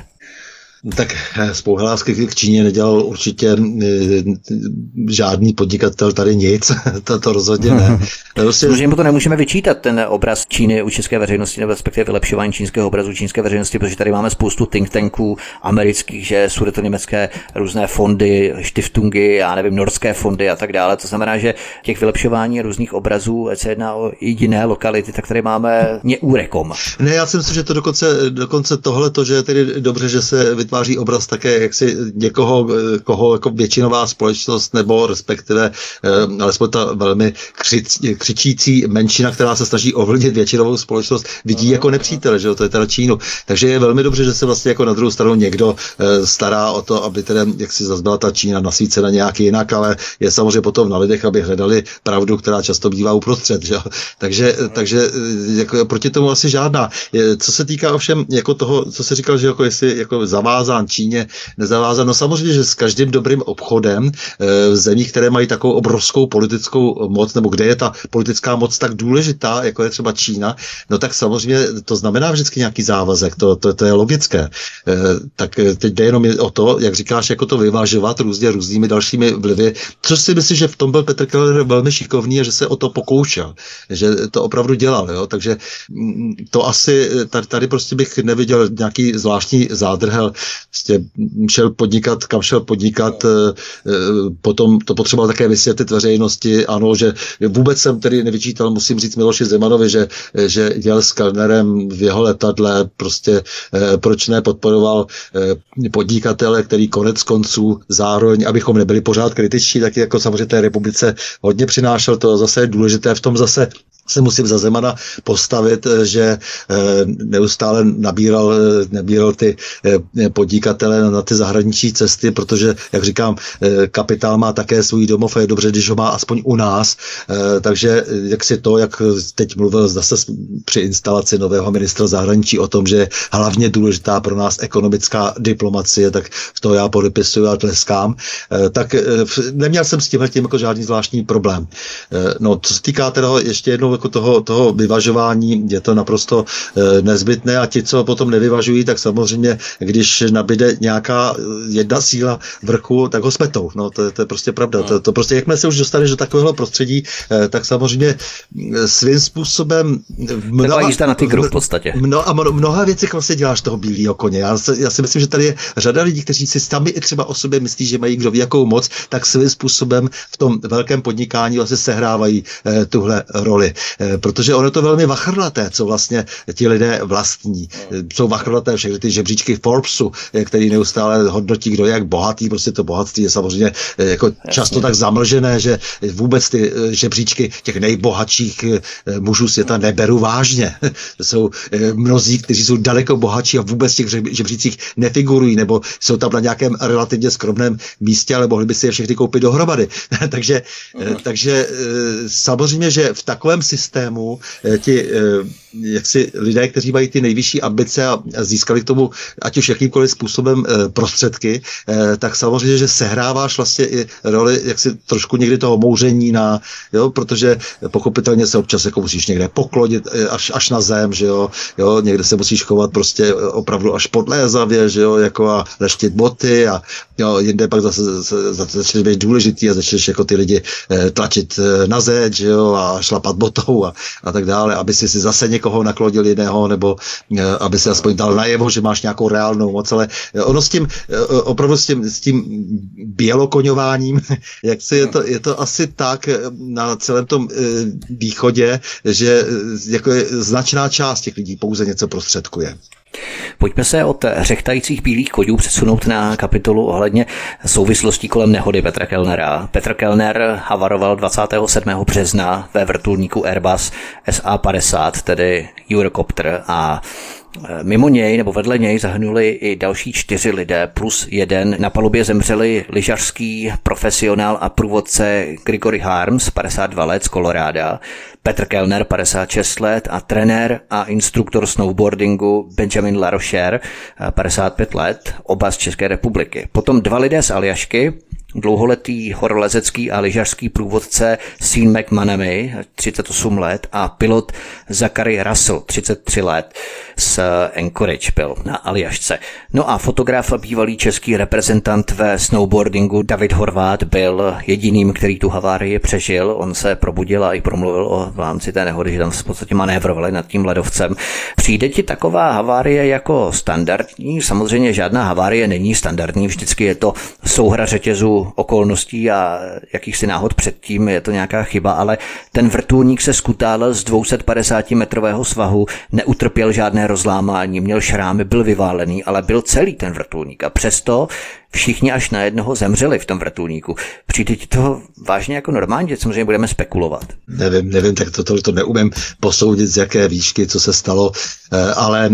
Tak z pouhé lásky k Číně nedělal určitě žádný podnikatel tady nic, to, to rozhodně ne. Prostě... Samozřejmě mu to nemůžeme vyčítat, ten obraz Číny u české veřejnosti, nebo respektive vylepšování čínského obrazu čínské veřejnosti, protože tady máme spoustu think tanků amerických, že jsou to německé různé fondy, štiftungy, já nevím, norské fondy a tak dále. To znamená, že těch vylepšování různých obrazů, ať se jedná o jiné lokality, tak tady máme neúrekom. Ne, já si myslím, že to dokonce, dokonce tohle, to, že je tedy dobře, že se vytváří obraz také jaksi někoho, koho jako většinová společnost nebo respektive eh, alespoň ta velmi křič, křičící menšina, která se snaží ovlivnit většinovou společnost, vidí jako nepřítele, že jo, to je teda Čínu. Takže je velmi dobře, že se vlastně jako na druhou stranu někdo eh, stará o to, aby teda jaksi zase byla ta Čína nasvícena nějak jinak, ale je samozřejmě potom na lidech, aby hledali pravdu, která často bývá uprostřed, že jo. Takže, takže jako proti tomu asi žádná. Co se týká ovšem jako toho, co se říkal, že jako jestli jako zavázán Číně, nezavázán, no samozřejmě, že s každým dobrým obchodem v zemích, které mají takovou obrovskou politickou moc, nebo kde je ta politická moc tak důležitá, jako je třeba Čína, no tak samozřejmě to znamená vždycky nějaký závazek, to, to, to je logické. Tak teď jde jenom o to, jak říkáš, jako to vyvažovat různě různými dalšími vlivy, což si myslím, že v tom byl Petr Kellner velmi šikovný a že se o to pokoušel, že to opravdu dělal, jo? Takže to asi, tady, tady prostě bych neviděl nějaký zvláštní zádrhel, prostě šel podnikat, kam šel podnikat, potom to potřeboval také vysvětlit veřejnosti, ano, že vůbec jsem tedy nevyčítal, musím říct Miloši Zemanovi, že, že jel s Kellnerem v jeho letadle, prostě proč ne podporoval podnikatele, který konec konců zároveň, abychom nebyli pořád kritičtí, tak jako samozřejmě té republice hodně přinášel, to zase je důležité, v tom zase se musím za Zemana postavit, že neustále nabíral, nabíral ty podnikatele na ty zahraniční cesty, protože, jak říkám, kapitál má také svůj domov a je dobře, když ho má aspoň u nás. Takže jak si to, jak teď mluvil zase při instalaci nového ministra zahraničí o tom, že je hlavně důležitá pro nás ekonomická diplomacie, tak to já podepisuju a tleskám. Tak neměl jsem s tímhletím jako žádný zvláštní problém. No, co se týká teda ještě jednou jako toho, toho vyvažování, je to naprosto e, nezbytné a ti, co potom nevyvažují, tak samozřejmě, když nabíde nějaká jedna síla vrchu, tak ho smetou. No, to, to je prostě pravda. To, to prostě, jakmile se už dostaneš do takového prostředí, e, tak samozřejmě svým způsobem mnoha, jízda na tygru v podstatě. Mno, a mno, mnoha věcí vlastně děláš toho bílého koně. Já, se, já si myslím, že tady je řada lidí, kteří si sami i třeba o sobě myslí, že mají kdo ví jakou moc, tak svým způsobem v tom velkém podnikání vlastně sehrávají e, tuhle roli. Protože ono je to velmi vachrlaté, co vlastně ti lidé vlastní. Jsou vachrlaté všechny ty žebříčky Forbesu, který neustále hodnotí, kdo je jak bohatý, prostě to bohatství je samozřejmě jako často tak zamlžené, že vůbec ty žebříčky těch nejbohatších mužů světa neberu vážně. Jsou mnozí, kteří jsou daleko bohatší a vůbec v těch žebřících nefigurují, nebo jsou tam na nějakém relativně skromném místě, ale mohli by si je všechny koupit dohromady. takže, takže samozřejmě, že v takovém systému ti jaksi lidé, kteří mají ty nejvyšší ambice a získali k tomu ať už jakýmkoliv způsobem prostředky, tak samozřejmě, že sehráváš vlastně i roli jaksi trošku někdy toho mouření na, jo, protože pochopitelně se občas jako musíš někde poklonit až, až na zem, že jo, jo, někde se musíš chovat prostě opravdu až podlézavě, že jo, jako a leštit boty a jo, jinde pak zase, zase začneš být důležitý a začneš jako ty lidi tlačit na zeď, že jo, a šlapat botou a, a tak dále, aby si si zase někoho naklonil jiného, nebo aby si aspoň dal najevo, že máš nějakou reálnou moc, ale ono s tím, opravdu s tím, s tím bělokoňováním, jak se je to, je to asi tak na celém tom východě, že jako je značná část těch lidí pouze něco prostředkuje. Pojďme se od řechtajících bílých koňů přesunout na kapitolu ohledně souvislostí kolem nehody Petra Kellnera. Petr Kellner havaroval dvacátého sedmého března ve vrtulníku Airbus S A padesát, tedy Eurocopter, a mimo něj nebo vedle něj zahynuli i další čtyři lidé plus jeden. Na palubě zemřeli lyžařský profesionál a průvodce Gregory Harms, padesát dva let, z Koloráda, Petr Kellner, padesát šest let, a trenér a instruktor snowboardingu Benjamin Larocher, padesát pět let, oba z České republiky. Potom dva lidé z Aljašky, dlouholetý horolezecký a lyžařský průvodce Sean McManamy, třicet osm let, a pilot Zachary Russell, třicet tři let, z Anchorage byl na Aljašce. No a fotograf a bývalý český reprezentant ve snowboardingu David Horváth byl jediným, který tu havárii přežil. On se probudil a i promluvil o v rámci té nehody, že tam v podstatě manévrovali nad tím ledovcem. Přijde ti taková havárie jako standardní? Samozřejmě žádná havárie není standardní, vždycky je to souhra řetězu spoustu okolností a jakýchsi náhod předtím, je to nějaká chyba, ale ten vrtulník se skutálel z dvě stě padesát metrového svahu, neutrpěl žádné rozlámání, měl šrámy, byl vyválený, ale byl celý ten vrtulník a přesto všichni až na jednoho zemřeli v tom vrtulníku. Přijde ti to vážně jako normálně, samozřejmě budeme spekulovat. Nevím, nevím, tak to, to, to neumím posoudit, z jaké výšky, co se stalo, ale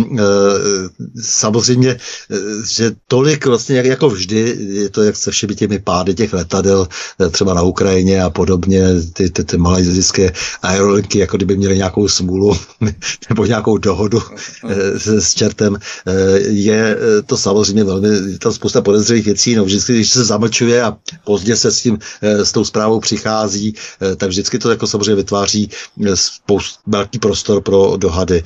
samozřejmě, že tolik vlastně jako vždy, je to jak se všemi těmi pády těch letadel, třeba na Ukrajině a podobně, ty, ty, ty malajzijské aerolinky, jako kdyby měly nějakou smůlu nebo nějakou dohodu s, s čertem, je to samozřejmě velmi, je tam spousta podezřelých věcí, no vždycky, když se zamlčuje a pozdě se s tím, s tou zprávou přichází, tak vždycky to jako samozřejmě vytváří spoust, velký prostor pro dohady.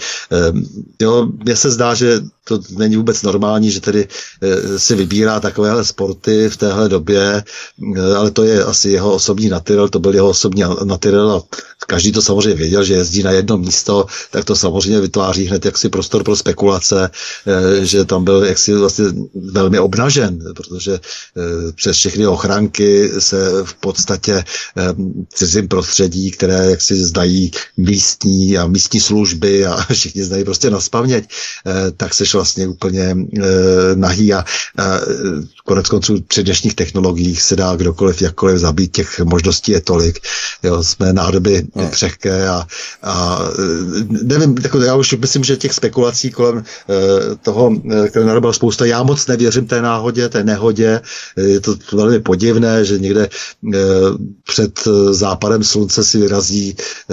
Jo, mně se zdá, že to není vůbec normální, že tedy si vybírá takovéhle sporty v téhle době, ale to je asi jeho osobní natyrel, to byl jeho osobní natyrel a každý to samozřejmě věděl, že jezdí na jedno místo, tak to samozřejmě vytváří hned jaksi prostor pro spekulace, že tam byl jaksi vlastně velmi obnažen, protože přes všechny ochranky se v podstatě cizím prostředí, které jaksi znají místní a místní služby a všichni znají prostě naspaměť, tak seš vlastně úplně nahý a konec konců při dnešních technologiích se dá kdokoliv jakkoliv zabít, těch možností je tolik. Jo, jsme nádoby no. křehké a, a nevím, jako já už myslím, že těch spekulací kolem toho, které narobil spousta, já moc nevěřím té náhodě, té nehodě, je to velmi podivné, že někde před západem slunce si vyrazí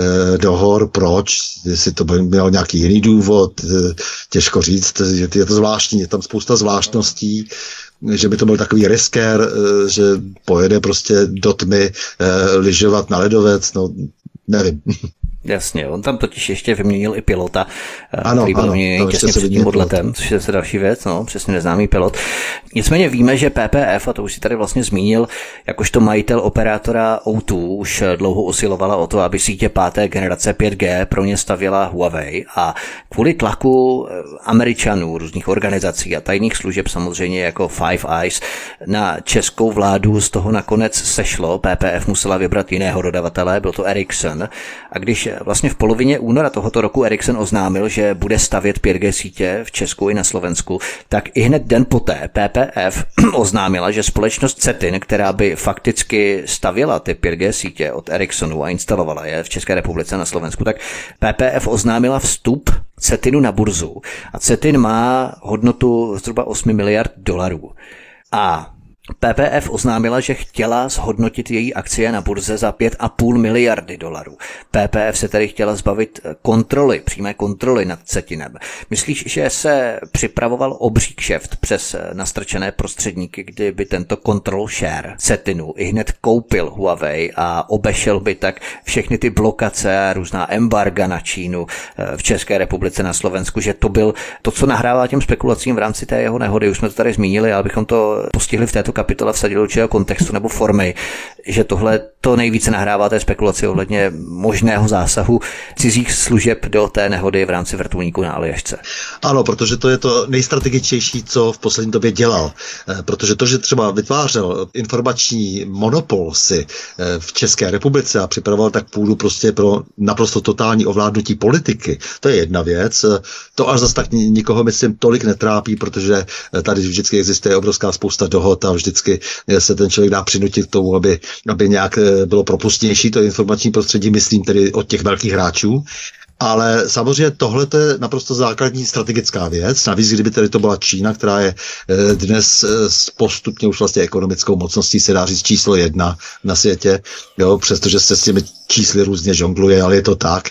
do hor, proč, jestli to mělo nějaký jiný důvod, těžko říct, je to zvláštní, je tam spousta zvláštností, že by to byl takový riskér, že pojede prostě do tmy lyžovat na ledovec, no nevím. Jasně, on tam totiž ještě vyměnil i pilota, ano, který byl ano, vyměněný těsně před tím odletem, což je další věc, no, přesně neznámý pilot. Nicméně víme, že P P F, a to už si tady vlastně zmínil, jakožto majitel operátora O dva, už dlouho usilovala o to, aby sítě páté generace pět G pro ně stavěla Huawei a kvůli tlaku Američanů, různých organizací a tajných služeb samozřejmě jako Five Eyes na českou vládu z toho nakonec sešlo. P P F musela vybrat jiného dodavatele, byl to Ericsson, a když vlastně v polovině února tohoto roku Ericsson oznámil, že bude stavět pět G sítě v Česku i na Slovensku, tak i hned den poté P P F oznámila, že společnost Cetin, která by fakticky stavěla ty pět G sítě od Ericssonu a instalovala je v České republice a na Slovensku, tak P P F oznámila vstup Cetinu na burzu. A Cetin má hodnotu zhruba osm miliard dolarů. A P P F oznámila, že chtěla zhodnotit její akcie na burze za pět a půl miliardy dolarů. P P F se tedy chtěla zbavit kontroly, přímé kontroly nad Cetinem. Myslíš, že se připravoval obří kšeft přes nastrčené prostředníky, kdyby tento control share Cetinu i hned koupil Huawei a obešel by tak všechny ty blokace a různá embarga na Čínu v České republice, na Slovensku, že to byl to, co nahrává těm spekulacím v rámci té jeho nehody. Už jsme to tady zmínili, ale bychom to postihli v této kapitola vsadil určitého kontextu nebo formy, že tohle to nejvíce nahrává té spekulaci ohledně možného zásahu cizích služeb do té nehody v rámci vrtulníku na Aljašce. Ano, protože to je to nejstrategičtější, co v poslední době dělal. Protože to, že třeba vytvářel informační monopol si v České republice a připravoval tak půdu prostě pro naprosto totální ovládnutí politiky, to je jedna věc. To až zase tak nikoho, myslím, tolik netrápí, protože tady vždycky existuje obrovská spousta dohod a vždycky se ten člověk dá přinutit k tomu, aby, aby nějak bylo propustnější to informační prostředí, myslím tedy od těch velkých hráčů. Ale samozřejmě tohle je naprosto základní strategická věc. Navíc, kdyby tedy to byla Čína, která je dnes postupně už vlastně ekonomickou mocností, se dá říct číslo jedna na světě, jo, přestože se s těmi čísly různě žongluje, ale je to tak.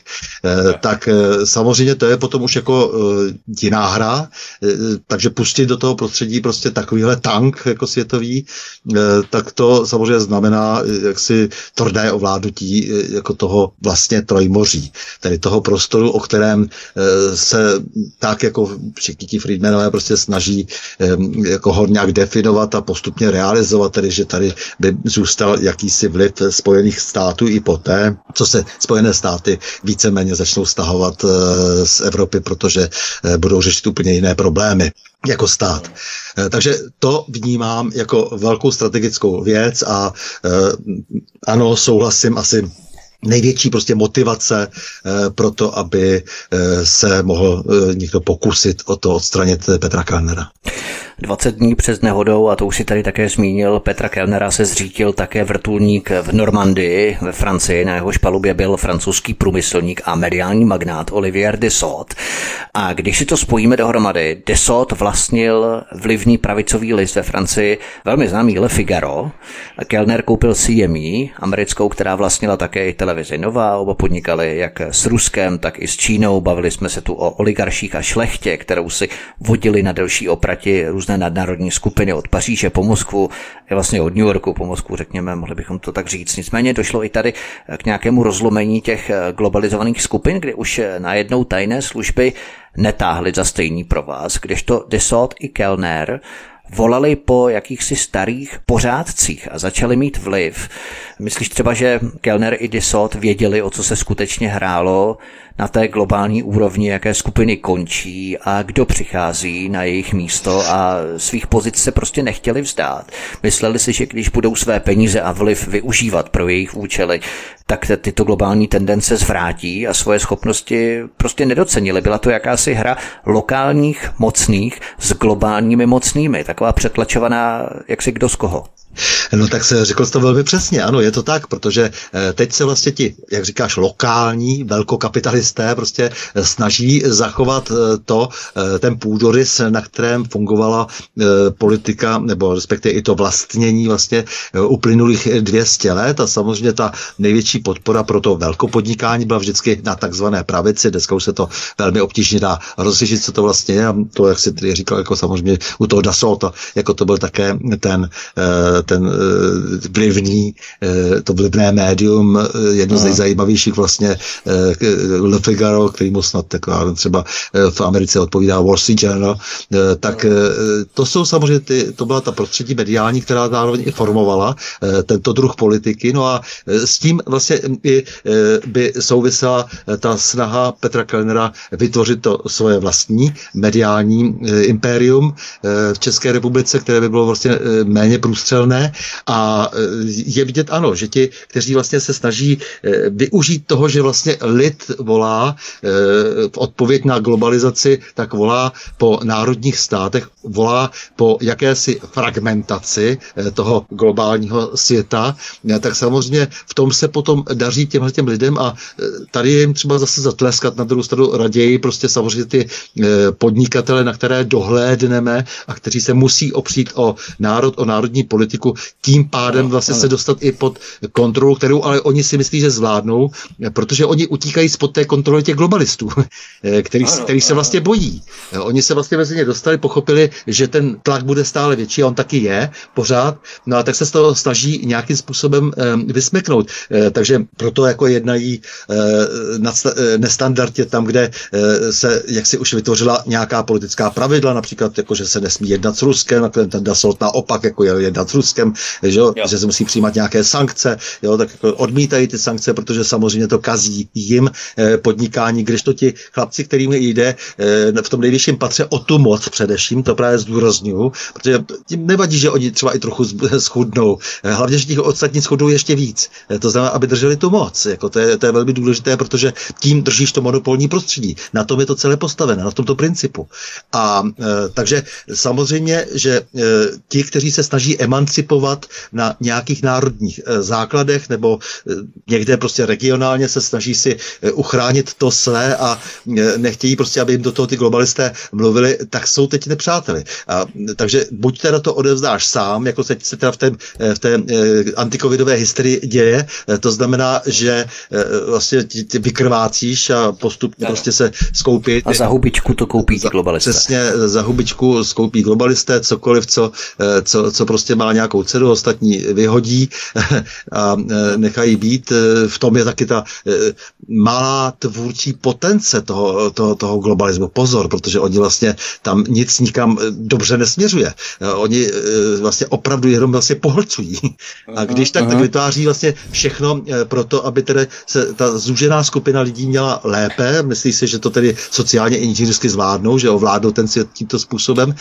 Tak samozřejmě to je potom už jako jiná hra, takže pustit do toho prostředí prostě takovýhle tank jako světový, tak to samozřejmě znamená jaksi tvrdé ovládnutí jako toho vlastně trojmoří, tedy toho prostoru, o kterém se tak jako všichni ti Friedmanové prostě snaží jako ho nějak definovat a postupně realizovat, tedy že tady by zůstal jakýsi vliv Spojených států i poté, co se Spojené státy víceméně začnou stahovat z Evropy, protože budou řešit úplně jiné problémy jako stát. Takže to vnímám jako velkou strategickou věc a ano, souhlasím, asi největší prostě motivace eh, pro to, aby eh, se mohl eh, někdo pokusit o to odstranit Petra Kellnera. dvacet dní před nehodou, a to už si tady také zmínil, Petra Kellnera se zřítil také vrtulník v Normandii ve Francii, na jehož palubě byl francouzský průmyslník a mediální magnát Olivier Dassault. A když si to spojíme dohromady, Dassault vlastnil vlivný pravicový list ve Francii, velmi známý Le Figaro, a Kellner koupil C M E, americkou, která vlastnila také i televizi Nova, oba podnikali jak s Ruskem, tak i s Čínou, bavili jsme se tu o oligarších a šlechtě, kterou si vodili na delší oprati různé nadnárodní skupiny od Paříže po Moskvu, vlastně od New Yorku po Moskvu, řekněme, mohli bychom to tak říct. Nicméně došlo i tady k nějakému rozlomení těch globalizovaných skupin, kdy už najednou tajné služby netáhly za stejný provaz, kdežto Dassault i Kellner volali po jakýchsi starých pořádcích a začali mít vliv. Myslíš třeba, že Kellner i Dassault věděli, o co se skutečně hrálo na té globální úrovni, jaké skupiny končí a kdo přichází na jejich místo a svých pozic se prostě nechtěli vzdát. Mysleli si, že když budou své peníze a vliv využívat pro jejich účely, tak tyto globální tendence zvrátí a svoje schopnosti prostě nedocenili. Byla to jakási hra lokálních mocných s globálními mocnými, taková přetlačovaná jaksi kdo z koho. No tak se řekl jsi to velmi přesně, ano, je to tak, protože teď se vlastně ti, jak říkáš, lokální velkokapitalisté prostě snaží zachovat to, ten půdorys, na kterém fungovala politika, nebo respektive i to vlastnění vlastně uplynulých dvě stě let a samozřejmě ta největší podpora pro to velkopodnikání byla vždycky na takzvané pravici, dneska už se to velmi obtížně dá rozlišit, co to vlastně je a to, jak si tady říkal, jako samozřejmě u toho Dassaulta, jako to byl také ten ten vlivný, to vlivné médium, jedno z nejzajímavějších vlastně Le Figaro, který mu snad taková třeba v Americe odpovídá Wall Street Journal, tak to jsou samozřejmě ty, to byla ta prostředí mediální, která zároveň i formovala tento druh politiky, no a s tím vlastně i by souvisela ta snaha Petra Kellnera vytvořit to svoje vlastní mediální impérium v České republice, které by bylo vlastně méně průstřelné. A je vidět, ano, že ti, kteří vlastně se snaží využít toho, že vlastně lid volá v odpověď na globalizaci, tak volá po národních státech, volá po jakési fragmentaci toho globálního světa, tak samozřejmě v tom se potom daří těmhle těm lidem a tady je jim třeba zase zatleskat na druhou stranu raději prostě samozřejmě ty podnikatele, na které dohlédneme a kteří se musí opřít o národ, o národní politiku, tím pádem vlastně se dostat i pod kontrolu, kterou ale oni si myslí, že zvládnou, protože oni utíkají spod té kontroly těch globalistů, který, který se vlastně bojí. Oni se vlastně mezi ně dostali, pochopili, že ten tlak bude stále větší a on taky je pořád, no a tak se z toho snaží nějakým způsobem eh, vysmeknout. Eh, takže proto jako jednají eh, nestandardně tam, kde eh, se jaksi už vytvořila nějaká politická pravidla, například jako, že se nesmí jednat s Ruskem, ten Dassault naopak jako je jednat s Ruskem, že, jo, že se musí přijímat nějaké sankce, jo, tak jako odmítají ty sankce, protože samozřejmě to kazí jim eh, podnikání, když to ti chlapci, kterým jde eh, v tom nejvyšším patře o tu moc především, to právě zdůrazňuju, protože tím nevadí, že oni třeba i trochu schudnou, eh, hlavně, že těch ostatní schudnou ještě víc. Eh, to znamená, aby drželi tu moc. Jako to, je, to je velmi důležité, protože tím držíš to monopolní prostředí. Na tom je to celé postavené, na tomto principu. A eh, takže samozřejmě, že eh, ti, kteří se snaží emancipovat na nějakých národních e, základech nebo e, někde prostě regionálně se snaží si e, uchránit to své a e, nechtějí prostě, aby jim do toho ty globalisté mluvili, tak jsou teď nepřáteli. A, takže buď teda to odevzdáš sám, jako se, se teda v té, v té e, antikovidové hysterii děje, e, to znamená, že e, vlastně ty, ty vykrvácíš a postupně prostě se skoupí. A za hubičku to koupí za, globalisté. Přesně, za hubičku skoupí globalisté, cokoliv, co, e, co, co prostě má nějak nějakou cenu, ostatní vyhodí a nechají být. V tom je taky ta malá tvůrčí potence toho, toho, toho globalismu. Pozor, protože oni vlastně tam nic nikam dobře nesměřuje. Oni vlastně opravdu jenom vlastně pohlcují. A když tak, tak vytváří vlastně všechno pro to, aby tedy se ta zúžená skupina lidí měla lépe. Myslí si, že to tedy sociálně inženýrsky zvládnou, že ovládnou ten svět tímto způsobem.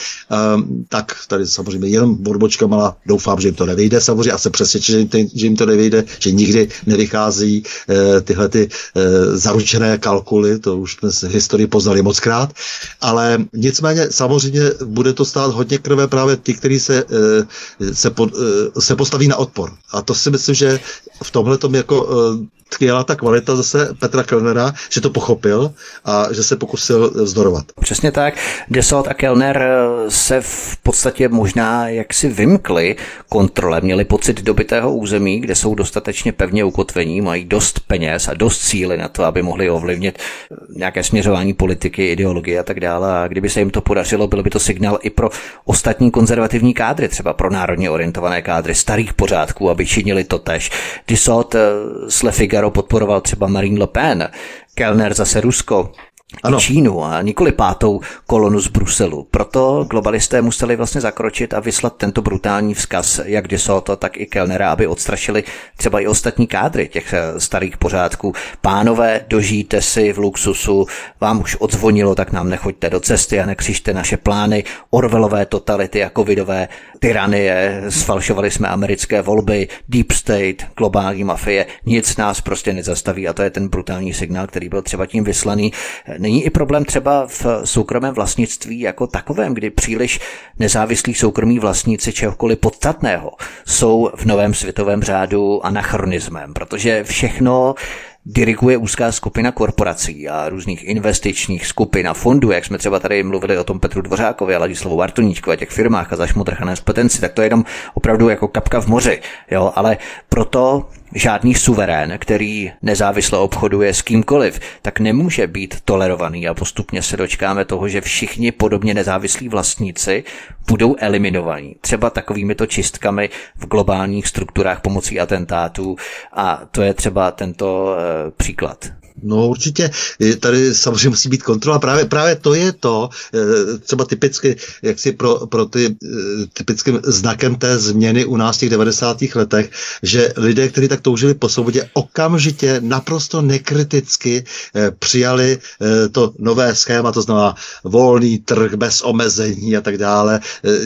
Tak tady samozřejmě jenom odbočka malá. Doufám, že jim to nevyjde samozřejmě a se přesvědčit, že jim to nevyjde, že nikdy nevychází tyhle ty zaručené kalkuly, to už jsme v historii poznali mockrát, ale nicméně samozřejmě bude to stát hodně krve právě ty, kteří se, se, pod, se postaví na odpor. A to si myslím, že v tomhletom jako tkvěla ta kvalita zase Petra Kellnera, že to pochopil a že se pokusil vzdorovat. Přesně tak. Dassault a Kellner se v podstatě možná jaksi vymkli kontrole, měli pocit dobytého území, kde jsou dostatečně pevně ukotvení, mají dost peněz a dost síly na to, aby mohli ovlivnit nějaké směřování politiky, ideologie a tak dále. A kdyby se jim to podařilo, byl by to signál i pro ostatní konzervativní kádry, třeba pro národně orientované kádry starých pořádků, aby činili totéž. Dassault s Le Figaro podporoval třeba Marine Le Pen, Kellner zase Rusko, ano. Čínu a nikoli pátou kolonu z Bruselu. Proto globalisté museli vlastně zakročit a vyslat tento brutální vzkaz jak Dassaulta, tak i Kellnera, aby odstrašili třeba i ostatní kádry těch starých pořádků. Pánové, dožijte si v luxusu, vám už odzvonilo, tak nám nechoďte do cesty a nekřižte naše plány. Orwellové totality a covidové tyranie, sfalšovali jsme americké volby, deep state, globální mafie, nic nás prostě nezastaví a to je ten brutální signál, který byl třeba tím vyslaný. Není i problém třeba v soukromém vlastnictví jako takovém, kdy příliš nezávislí soukromí vlastníci čehokoliv podstatného jsou v novém světovém řádu anachronismem, protože všechno diriguje úzká skupina korporací a různých investičních skupin a fondů, jak jsme třeba tady mluvili o tom Petru Dvořákovi a Ladislavu Bartoníčkovi a těch firmách a zašmodrchané spetenci, tak to je jenom opravdu jako kapka v moři, jo, ale proto žádný suverén, který nezávisle obchoduje s kýmkoliv, tak nemůže být tolerovaný a postupně se dočkáme toho, že všichni podobně nezávislí vlastníci budou eliminovaní. Třeba takovými to čistkami v globálních strukturách pomocí atentátů a to je třeba tento e, příklad. No určitě, tady samozřejmě musí být kontrola, právě, právě to je to, třeba typicky, jak si pro, pro ty typickým znakem té změny u nás v těch devadesátých letech, že lidé, kteří tak toužili po svobodě, okamžitě naprosto nekriticky přijali to nové schéma, to znamená volný trh, bez omezení a tak dále,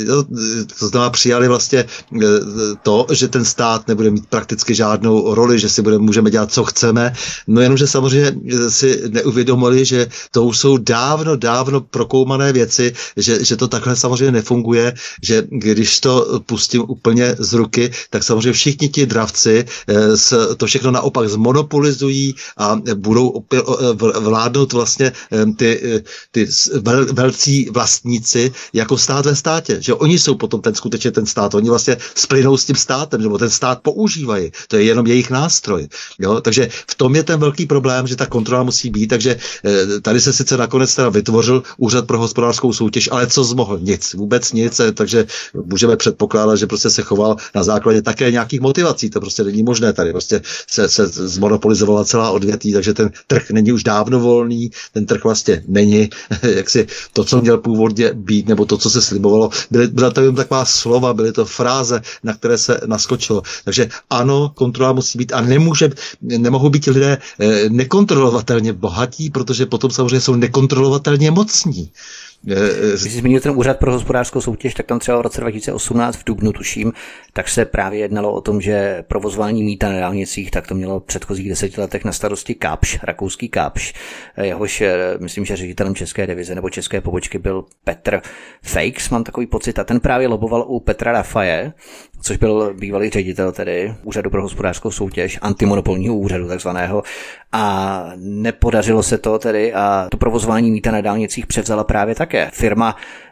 to znamená přijali vlastně to, že ten stát nebude mít prakticky žádnou roli, že si bude, můžeme dělat, co chceme, no jenomže samozřejmě si neuvědomili, že to už jsou dávno, dávno prokoumané věci, že, že to takhle samozřejmě nefunguje, že když to pustím úplně z ruky, tak samozřejmě všichni ti dravci to všechno naopak zmonopolizují a budou vládnout vlastně ty, ty vel, velcí vlastníci jako stát ve státě, že oni jsou potom ten skutečně ten stát, oni vlastně splynou s tím státem, nebo ten stát používají, to je jenom jejich nástroj, jo? Takže v tom je ten velký problém, že ta kontrola musí být, takže tady se sice nakonec teda vytvořil Úřad pro hospodářskou soutěž, ale co zmohl? Nic, vůbec nic, takže můžeme předpokládat, že prostě se choval na základě také nějakých motivací, to prostě není možné, tady prostě se, se zmonopolizovala celá odvětví, takže ten trh není už dávno volný, ten trh vlastně není, jak si to, co měl původně být, nebo to, co se slibovalo, byly, byla to jen taková slova, byly to fráze, na které se naskočilo, takže ano, kontrola musí být a nemůže, nemohou být lidé nekontrolovatelně bohatí, protože potom samozřejmě jsou nekontrolovatelně mocní. Když jsi zmínil ten Úřad pro hospodářskou soutěž, tak tam třeba v roce dva tisíce osmnáct v dubnu, tuším, tak se právě jednalo o tom, že provozování mýta na dálnicích, tak to mělo v předchozích deseti letech na starosti Kapsch, rakouský Kapsch, jehož, myslím, že ředitelem české divize nebo české pobočky byl Petr Feix, mám takový pocit, a ten právě loboval u Petra Rafaje, což byl bývalý ředitel tedy Úřadu pro hospodářskou soutěž, antimonopolního úřadu takzvaného, a nepodařilo se to tedy a to provozování mýta na dálnicích převzala právě také firma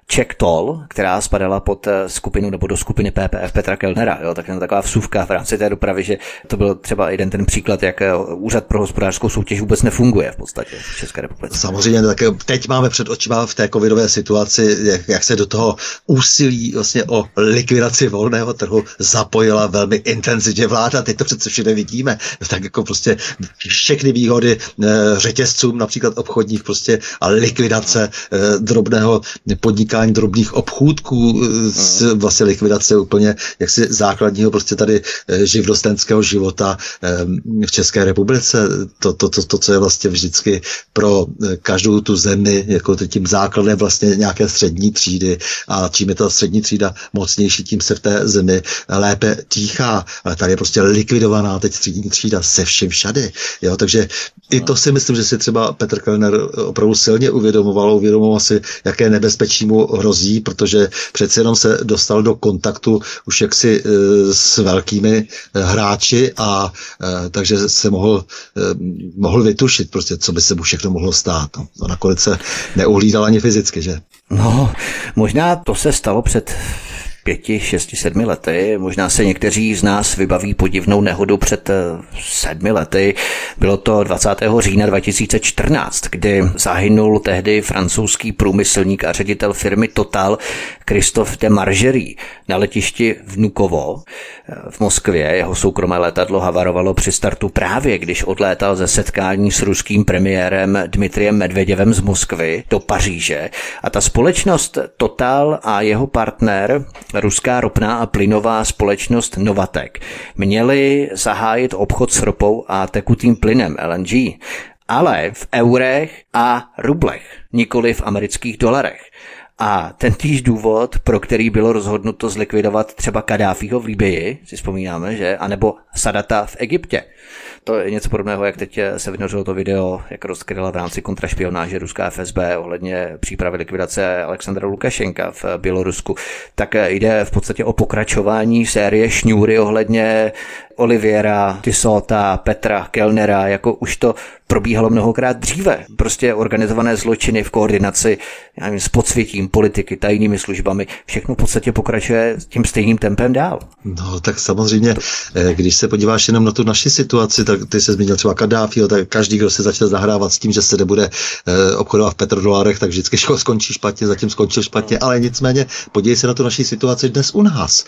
Czech Toll, která spadala pod skupinu nebo do skupiny P P F Petra Kellnera. Jo, tak je to taková vsuvka v rámci té dopravy, že to byl třeba jeden ten příklad, jak Úřad pro hospodářskou soutěž vůbec nefunguje v podstatě v České republice. Samozřejmě, tak teď máme před očima v té covidové situaci, jak, jak se do toho úsilí vlastně o likvidaci volného trhu zapojila velmi intenzivně vláda. Teď to přece všude vidíme. Tak jako prostě všechny výhody e, řetězcům, například obchodních prostě a likvidace e, drobného podnikání, drobných obchůdků, e, s, vlastně likvidace úplně jaksi základního prostě tady e, živnostenského života e, v České republice. To, to, to, to, co je vlastně vždycky pro každou tu zemi jako tím základem vlastně nějaké střední třídy, a čím je ta střední třída mocnější, tím se v té zemi lépe dýchá. Ale tady je prostě likvidovaná teď střední třída se vším všady. Jo, takže i to si myslím, že si třeba Petr Kellner opravdu silně uvědomoval, uvědomoval si, jaké nebezpečí mu hrozí, protože přece jenom se dostal do kontaktu už jaksi e, s velkými e, hráči a e, takže se mohl, e, mohl vytušit prostě, co by se mu všechno mohlo stát. No. A nakonec se neuhlídal ani fyzicky, že? No, možná to se stalo před pěti, šesti, sedmi lety. Možná se někteří z nás vybaví podivnou nehodu před sedmi lety. Bylo to dvacátého října dva tisíce čtrnáct, kdy zahynul tehdy francouzský průmyslník a ředitel firmy Total Christophe de Margerie na letišti Vnukovo v Moskvě. Jeho soukromé letadlo havarovalo při startu právě, když odlétal ze setkání s ruským premiérem Dmitrijem Medveděvem z Moskvy do Paříže. A ta společnost Total a jeho partner, ruská ropná a plynová společnost Novatek, měli zahájit obchod s ropou a tekutým plynem L N G, ale v eurech a rublech, nikoli v amerických dolarech. A tentýž důvod, pro který bylo rozhodnuto zlikvidovat třeba Kadáfího v Libyi, si vzpomínáme, že? A nebo Sadata v Egyptě. To je něco podobného, jak teď se vynořilo to video, jak rozkryla v rámci kontrašpionáže ruská F S B ohledně přípravy likvidace Alexandra Lukašenka v Bělorusku. Tak jde v podstatě o pokračování série šňůry ohledně Oliviera Tissota, Petra Kellnera, jako už to probíhalo mnohokrát dříve. Prostě organizované zločiny v koordinaci, já nevím, s podsvětím, politiky, tajnými službami, všechno v podstatě pokračuje tím stejným tempem dál. No tak samozřejmě, když se podíváš jenom na tu naši situaci, tak ty se zmínil třeba Kadáfího, tak každý, kdo se začne zahrávat s tím, že se nebude obchodovat v petrodolarech, tak vždycky skončí špatně, zatím skončil špatně, ale nicméně podívej se na tu naši situaci dnes u nás.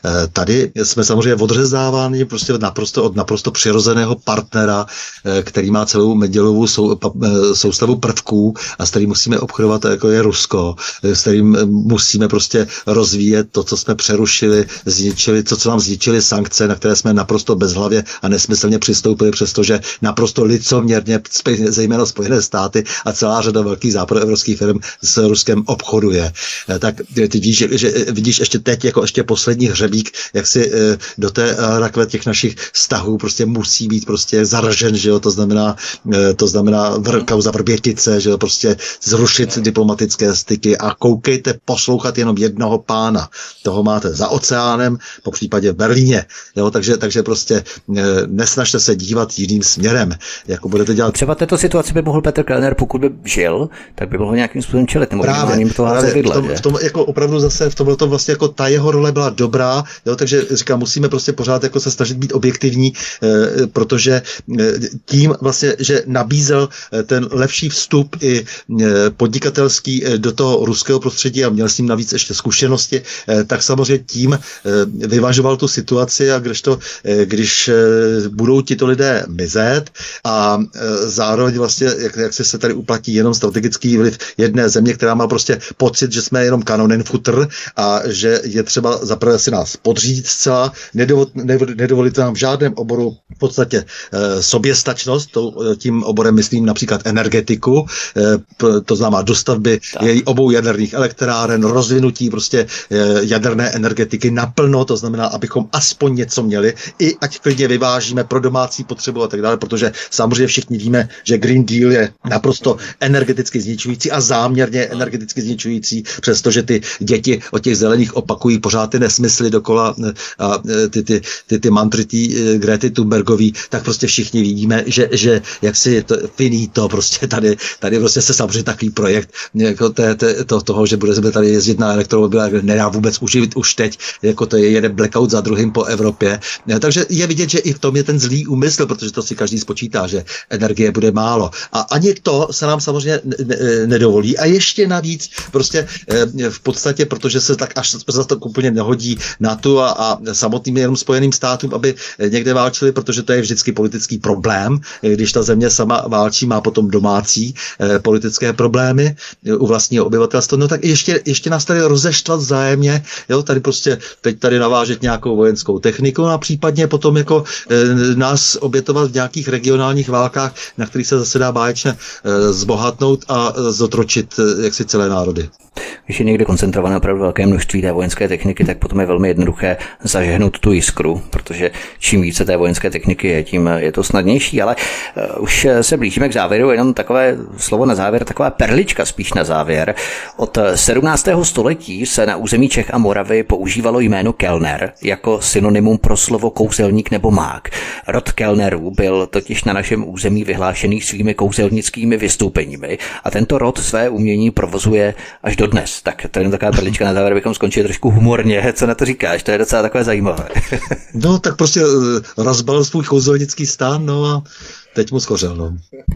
Tady jsme samozřejmě odřezáváni prostě naprosto od naprosto přirozeného partnera, který má celou Mendelovu sou, soustavu prvků a s kterým musíme obchodovat, jako je Rusko, s kterým musíme prostě rozvíjet to, co jsme přerušili, zničili, to, co nám zničili sankce, na které jsme naprosto bezhlavě a nesmyslně přistoupili, přestože naprosto licoměrně, zejména Spojené státy a celá řada velkých západoevropských firm s Ruskem obchoduje. Tak ty vidíš, že vidíš ještě teď jako ještě poslední hřebík, jak si do té rakve těch našich vztahů prostě musí být prostě zaržen, že jo, to znamená, to znamená vr, kauza Vrbětice, že jo, prostě zrušit diplomatické styky a koukejte poslouchat jenom jednoho pána. Toho máte za oceánem, po případě v Berlíně, jo, takže, takže prostě nesnažte se dívat jiným směrem, jako budete dělat. Třeba této situaci by mohl Petr Kellner, pokud by žil, tak by mohl nějakým způsobem čelit, nebo právě, to právě vidle, v, tom, v tom jako opravdu zase, v tomhle tom vlastně jako ta jeho role byla dobrá, jo, takže říkám, musíme prostě pořád jako se snažit být objektivní, eh, protože eh, tím vlastně, že nabízel eh, ten lepší vstup i eh, podnikatelský eh, do toho ruského prostředí a měl s ním navíc ještě zkušenosti, eh, tak samozřejmě tím eh, vyvažoval tu situaci a kdežto, eh, když eh, budou tito lidé mizet a eh, zároveň vlastně, jak, jak se, se tady uplatí jenom strategický vliv jedné země, která má prostě pocit, že jsme jenom kanonen futr a že je třeba zaprvé si nás podřídit zcela, nedovol, nedovolit nám v žádném oboru v podstatě e, soběstačnost, to, tím oborem myslím například energetiku, e, to znamená dostavby její obou jaderných elektráren, rozvinutí prostě e, jaderné energetiky naplno, to znamená, abychom aspoň něco měli, i ať klidně vyvážíme pro domácí potřebu a tak dále, protože samozřejmě všichni víme, že Green Deal je naprosto energeticky zničující a záměrně energeticky zničující, přestože ty děti o těch zelených opakují pořád ty nesmysly dokola a ty, ty, ty, ty mantry tý Grety Thunbergový, tak prostě všichni vidíme, že, že jak jaksi to, finito, prostě tady, tady prostě se samozřejmě takový projekt jako te, te, to, toho, že bude tady jezdit na elektromobile, nedá vůbec uživit už teď, jako to je jeden blackout za druhým po Evropě. Takže je vidět, že i v tom je ten zlý úmysl, protože to si každý spočítá, že energie bude málo. A ani to se nám samozřejmě nedovolí. A ještě navíc prostě v podstatě, protože se tak až za to úplně nehodí NATO a, a samotným jenom Spojeným státům, aby někde válčili, protože to je vždycky politický problém. Když ta země sama válčí, má potom domácí eh, politické problémy u vlastního obyvatelstva, no tak ještě, ještě nás tady rozeštvat vzájemně, jo, tady prostě teď tady navážet nějakou vojenskou techniku a případně potom jako eh, nás obětovat v nějakých regionálních válkách, na kterých se zase dá báječně eh, zbohatnout a eh, zotročit eh, jaksi celé národy. Když je někde koncentrované opravdu velké množství té vojenské techniky, tak potom je velmi jednoduché zažehnout tu jiskru, protože čím více té vojenské techniky je, tím je to snadnější, ale uh, už se blížíme k závěru, jenom takové slovo na závěr, taková perlička spíš na závěr. Od sedmnáctého století se na území Čech a Moravy používalo jméno Kellner jako synonymum pro slovo kouzelník nebo mák. Rod Kellnerů byl totiž na našem území vyhlášený svými kouzelnickými vystoupeními a tento rod své umění provozuje až dodnes. Tak to je taková perlička na závěr, bychom skončili trošku humorně. Co na to říkáš? To je docela takové zajímavé. No, tak prostě rozbalil svůj kouzelnický stán, no a teď mu schořel, no.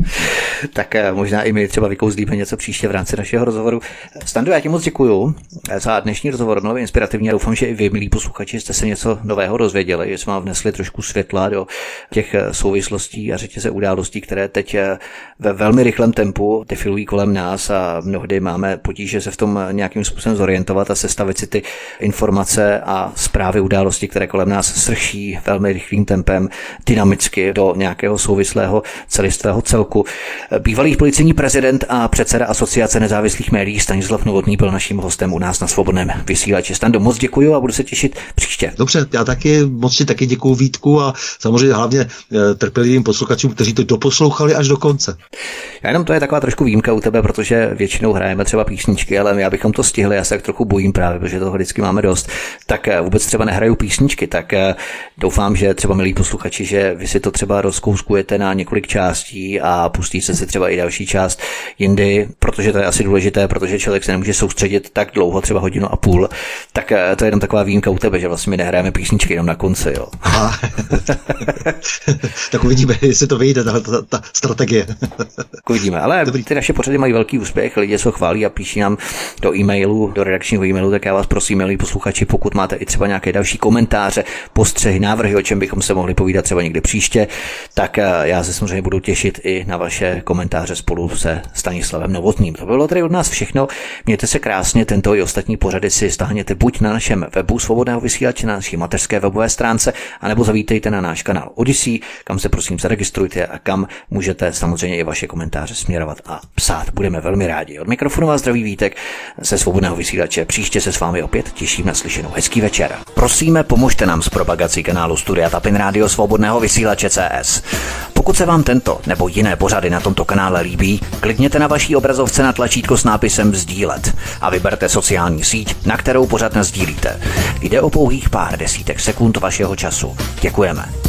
Tak možná i my třeba vykouzlíme něco příště v rámci našeho rozhovoru. Stando, já ti moc děkuju za dnešní rozhovor, no, inspirativně. Doufám, že i vy, milí posluchači, jste se něco nového dozvěděli, že jsme vám vnesli trošku světla do těch souvislostí a řetěze událostí, které teď ve velmi rychlém tempu defilují kolem nás a mnohdy máme potíže se v tom nějakým způsobem zorientovat a sestavit si ty informace a zprávy událostí, které kolem nás srší velmi rychlým tempem, dynamicky do nějakého souvislého celistvého celku. Bývalý policejní prezident a předseda Asociace nezávislých médií Stanislav Novotný byl naším hostem u nás na Svobodném vysílači. Stando, moc děkuju a budu se těšit příště. Dobře, já taky moc si taky děkuju, Vítku, a samozřejmě hlavně trpělivým posluchačům, kteří to doposlouchali až do konce. Já jenom to je taková trošku výjimka u tebe, protože většinou hrajeme třeba písničky, ale my, abychom to stihli, já se tak trochu bojím právě, protože toho vždycky máme dost, tak vůbec třeba nehraju písničky, tak doufám, že třeba, milí posluchači, že vy si to třeba rozkouskujete na několik částí a pustíte si třeba i další část jindy, protože to je asi důležité, protože člověk se nemůže soustředit tak dlouho, třeba hodinu a půl. Tak to je jenom taková výjimka u tebe, že vlastně my nehrajeme písničky jenom na konci, jo. Aha. Tak uvidíme, jestli to vyjde, ta, ta, ta strategie. Uvidíme, ale dobrý, ty naše pořady mají velký úspěch, lidé se chválí a píší nám do e-mailu, do redakčního e-mailu, tak já vás prosím, milí posluchači, pokud máte i třeba nějaké další komentáře, postřehy, návrhy, o čem bychom se mohli povídat třeba někdy příště, tak já se samozřejmě budu těšit i na vaše komentáře spolu se Stanislavem Novotným. To bylo tedy od nás všechno. Mějte se krásně, tento i ostatní pořady si stáhněte buď na našem webu Svobodného vysílače, na naší mateřské webové stránce, anebo zavítejte na náš kanál Odyssey, kam se prosím zaregistrujte a kam můžete samozřejmě i vaše komentáře směrovat a psát. Budeme velmi rádi. Od mikrofonu vás zdraví Vítek ze Svobodného vysílače. Příště se s vámi opět těším na slyšenou. Hezký večer. Prosíme, pomožte nám s propagací kanálu Studia Tapin Rádio Svobodného vysílače C S. Pokud se vám tento nebo jiné pořady na tomto kanále líbí, klikněte na vaší obrazovce na tlačítko s nápisem sdílet a vyberte sociální síť, na kterou pořad nasdílíte. Jde o pouhých pár desítek sekund vašeho času. Děkujeme.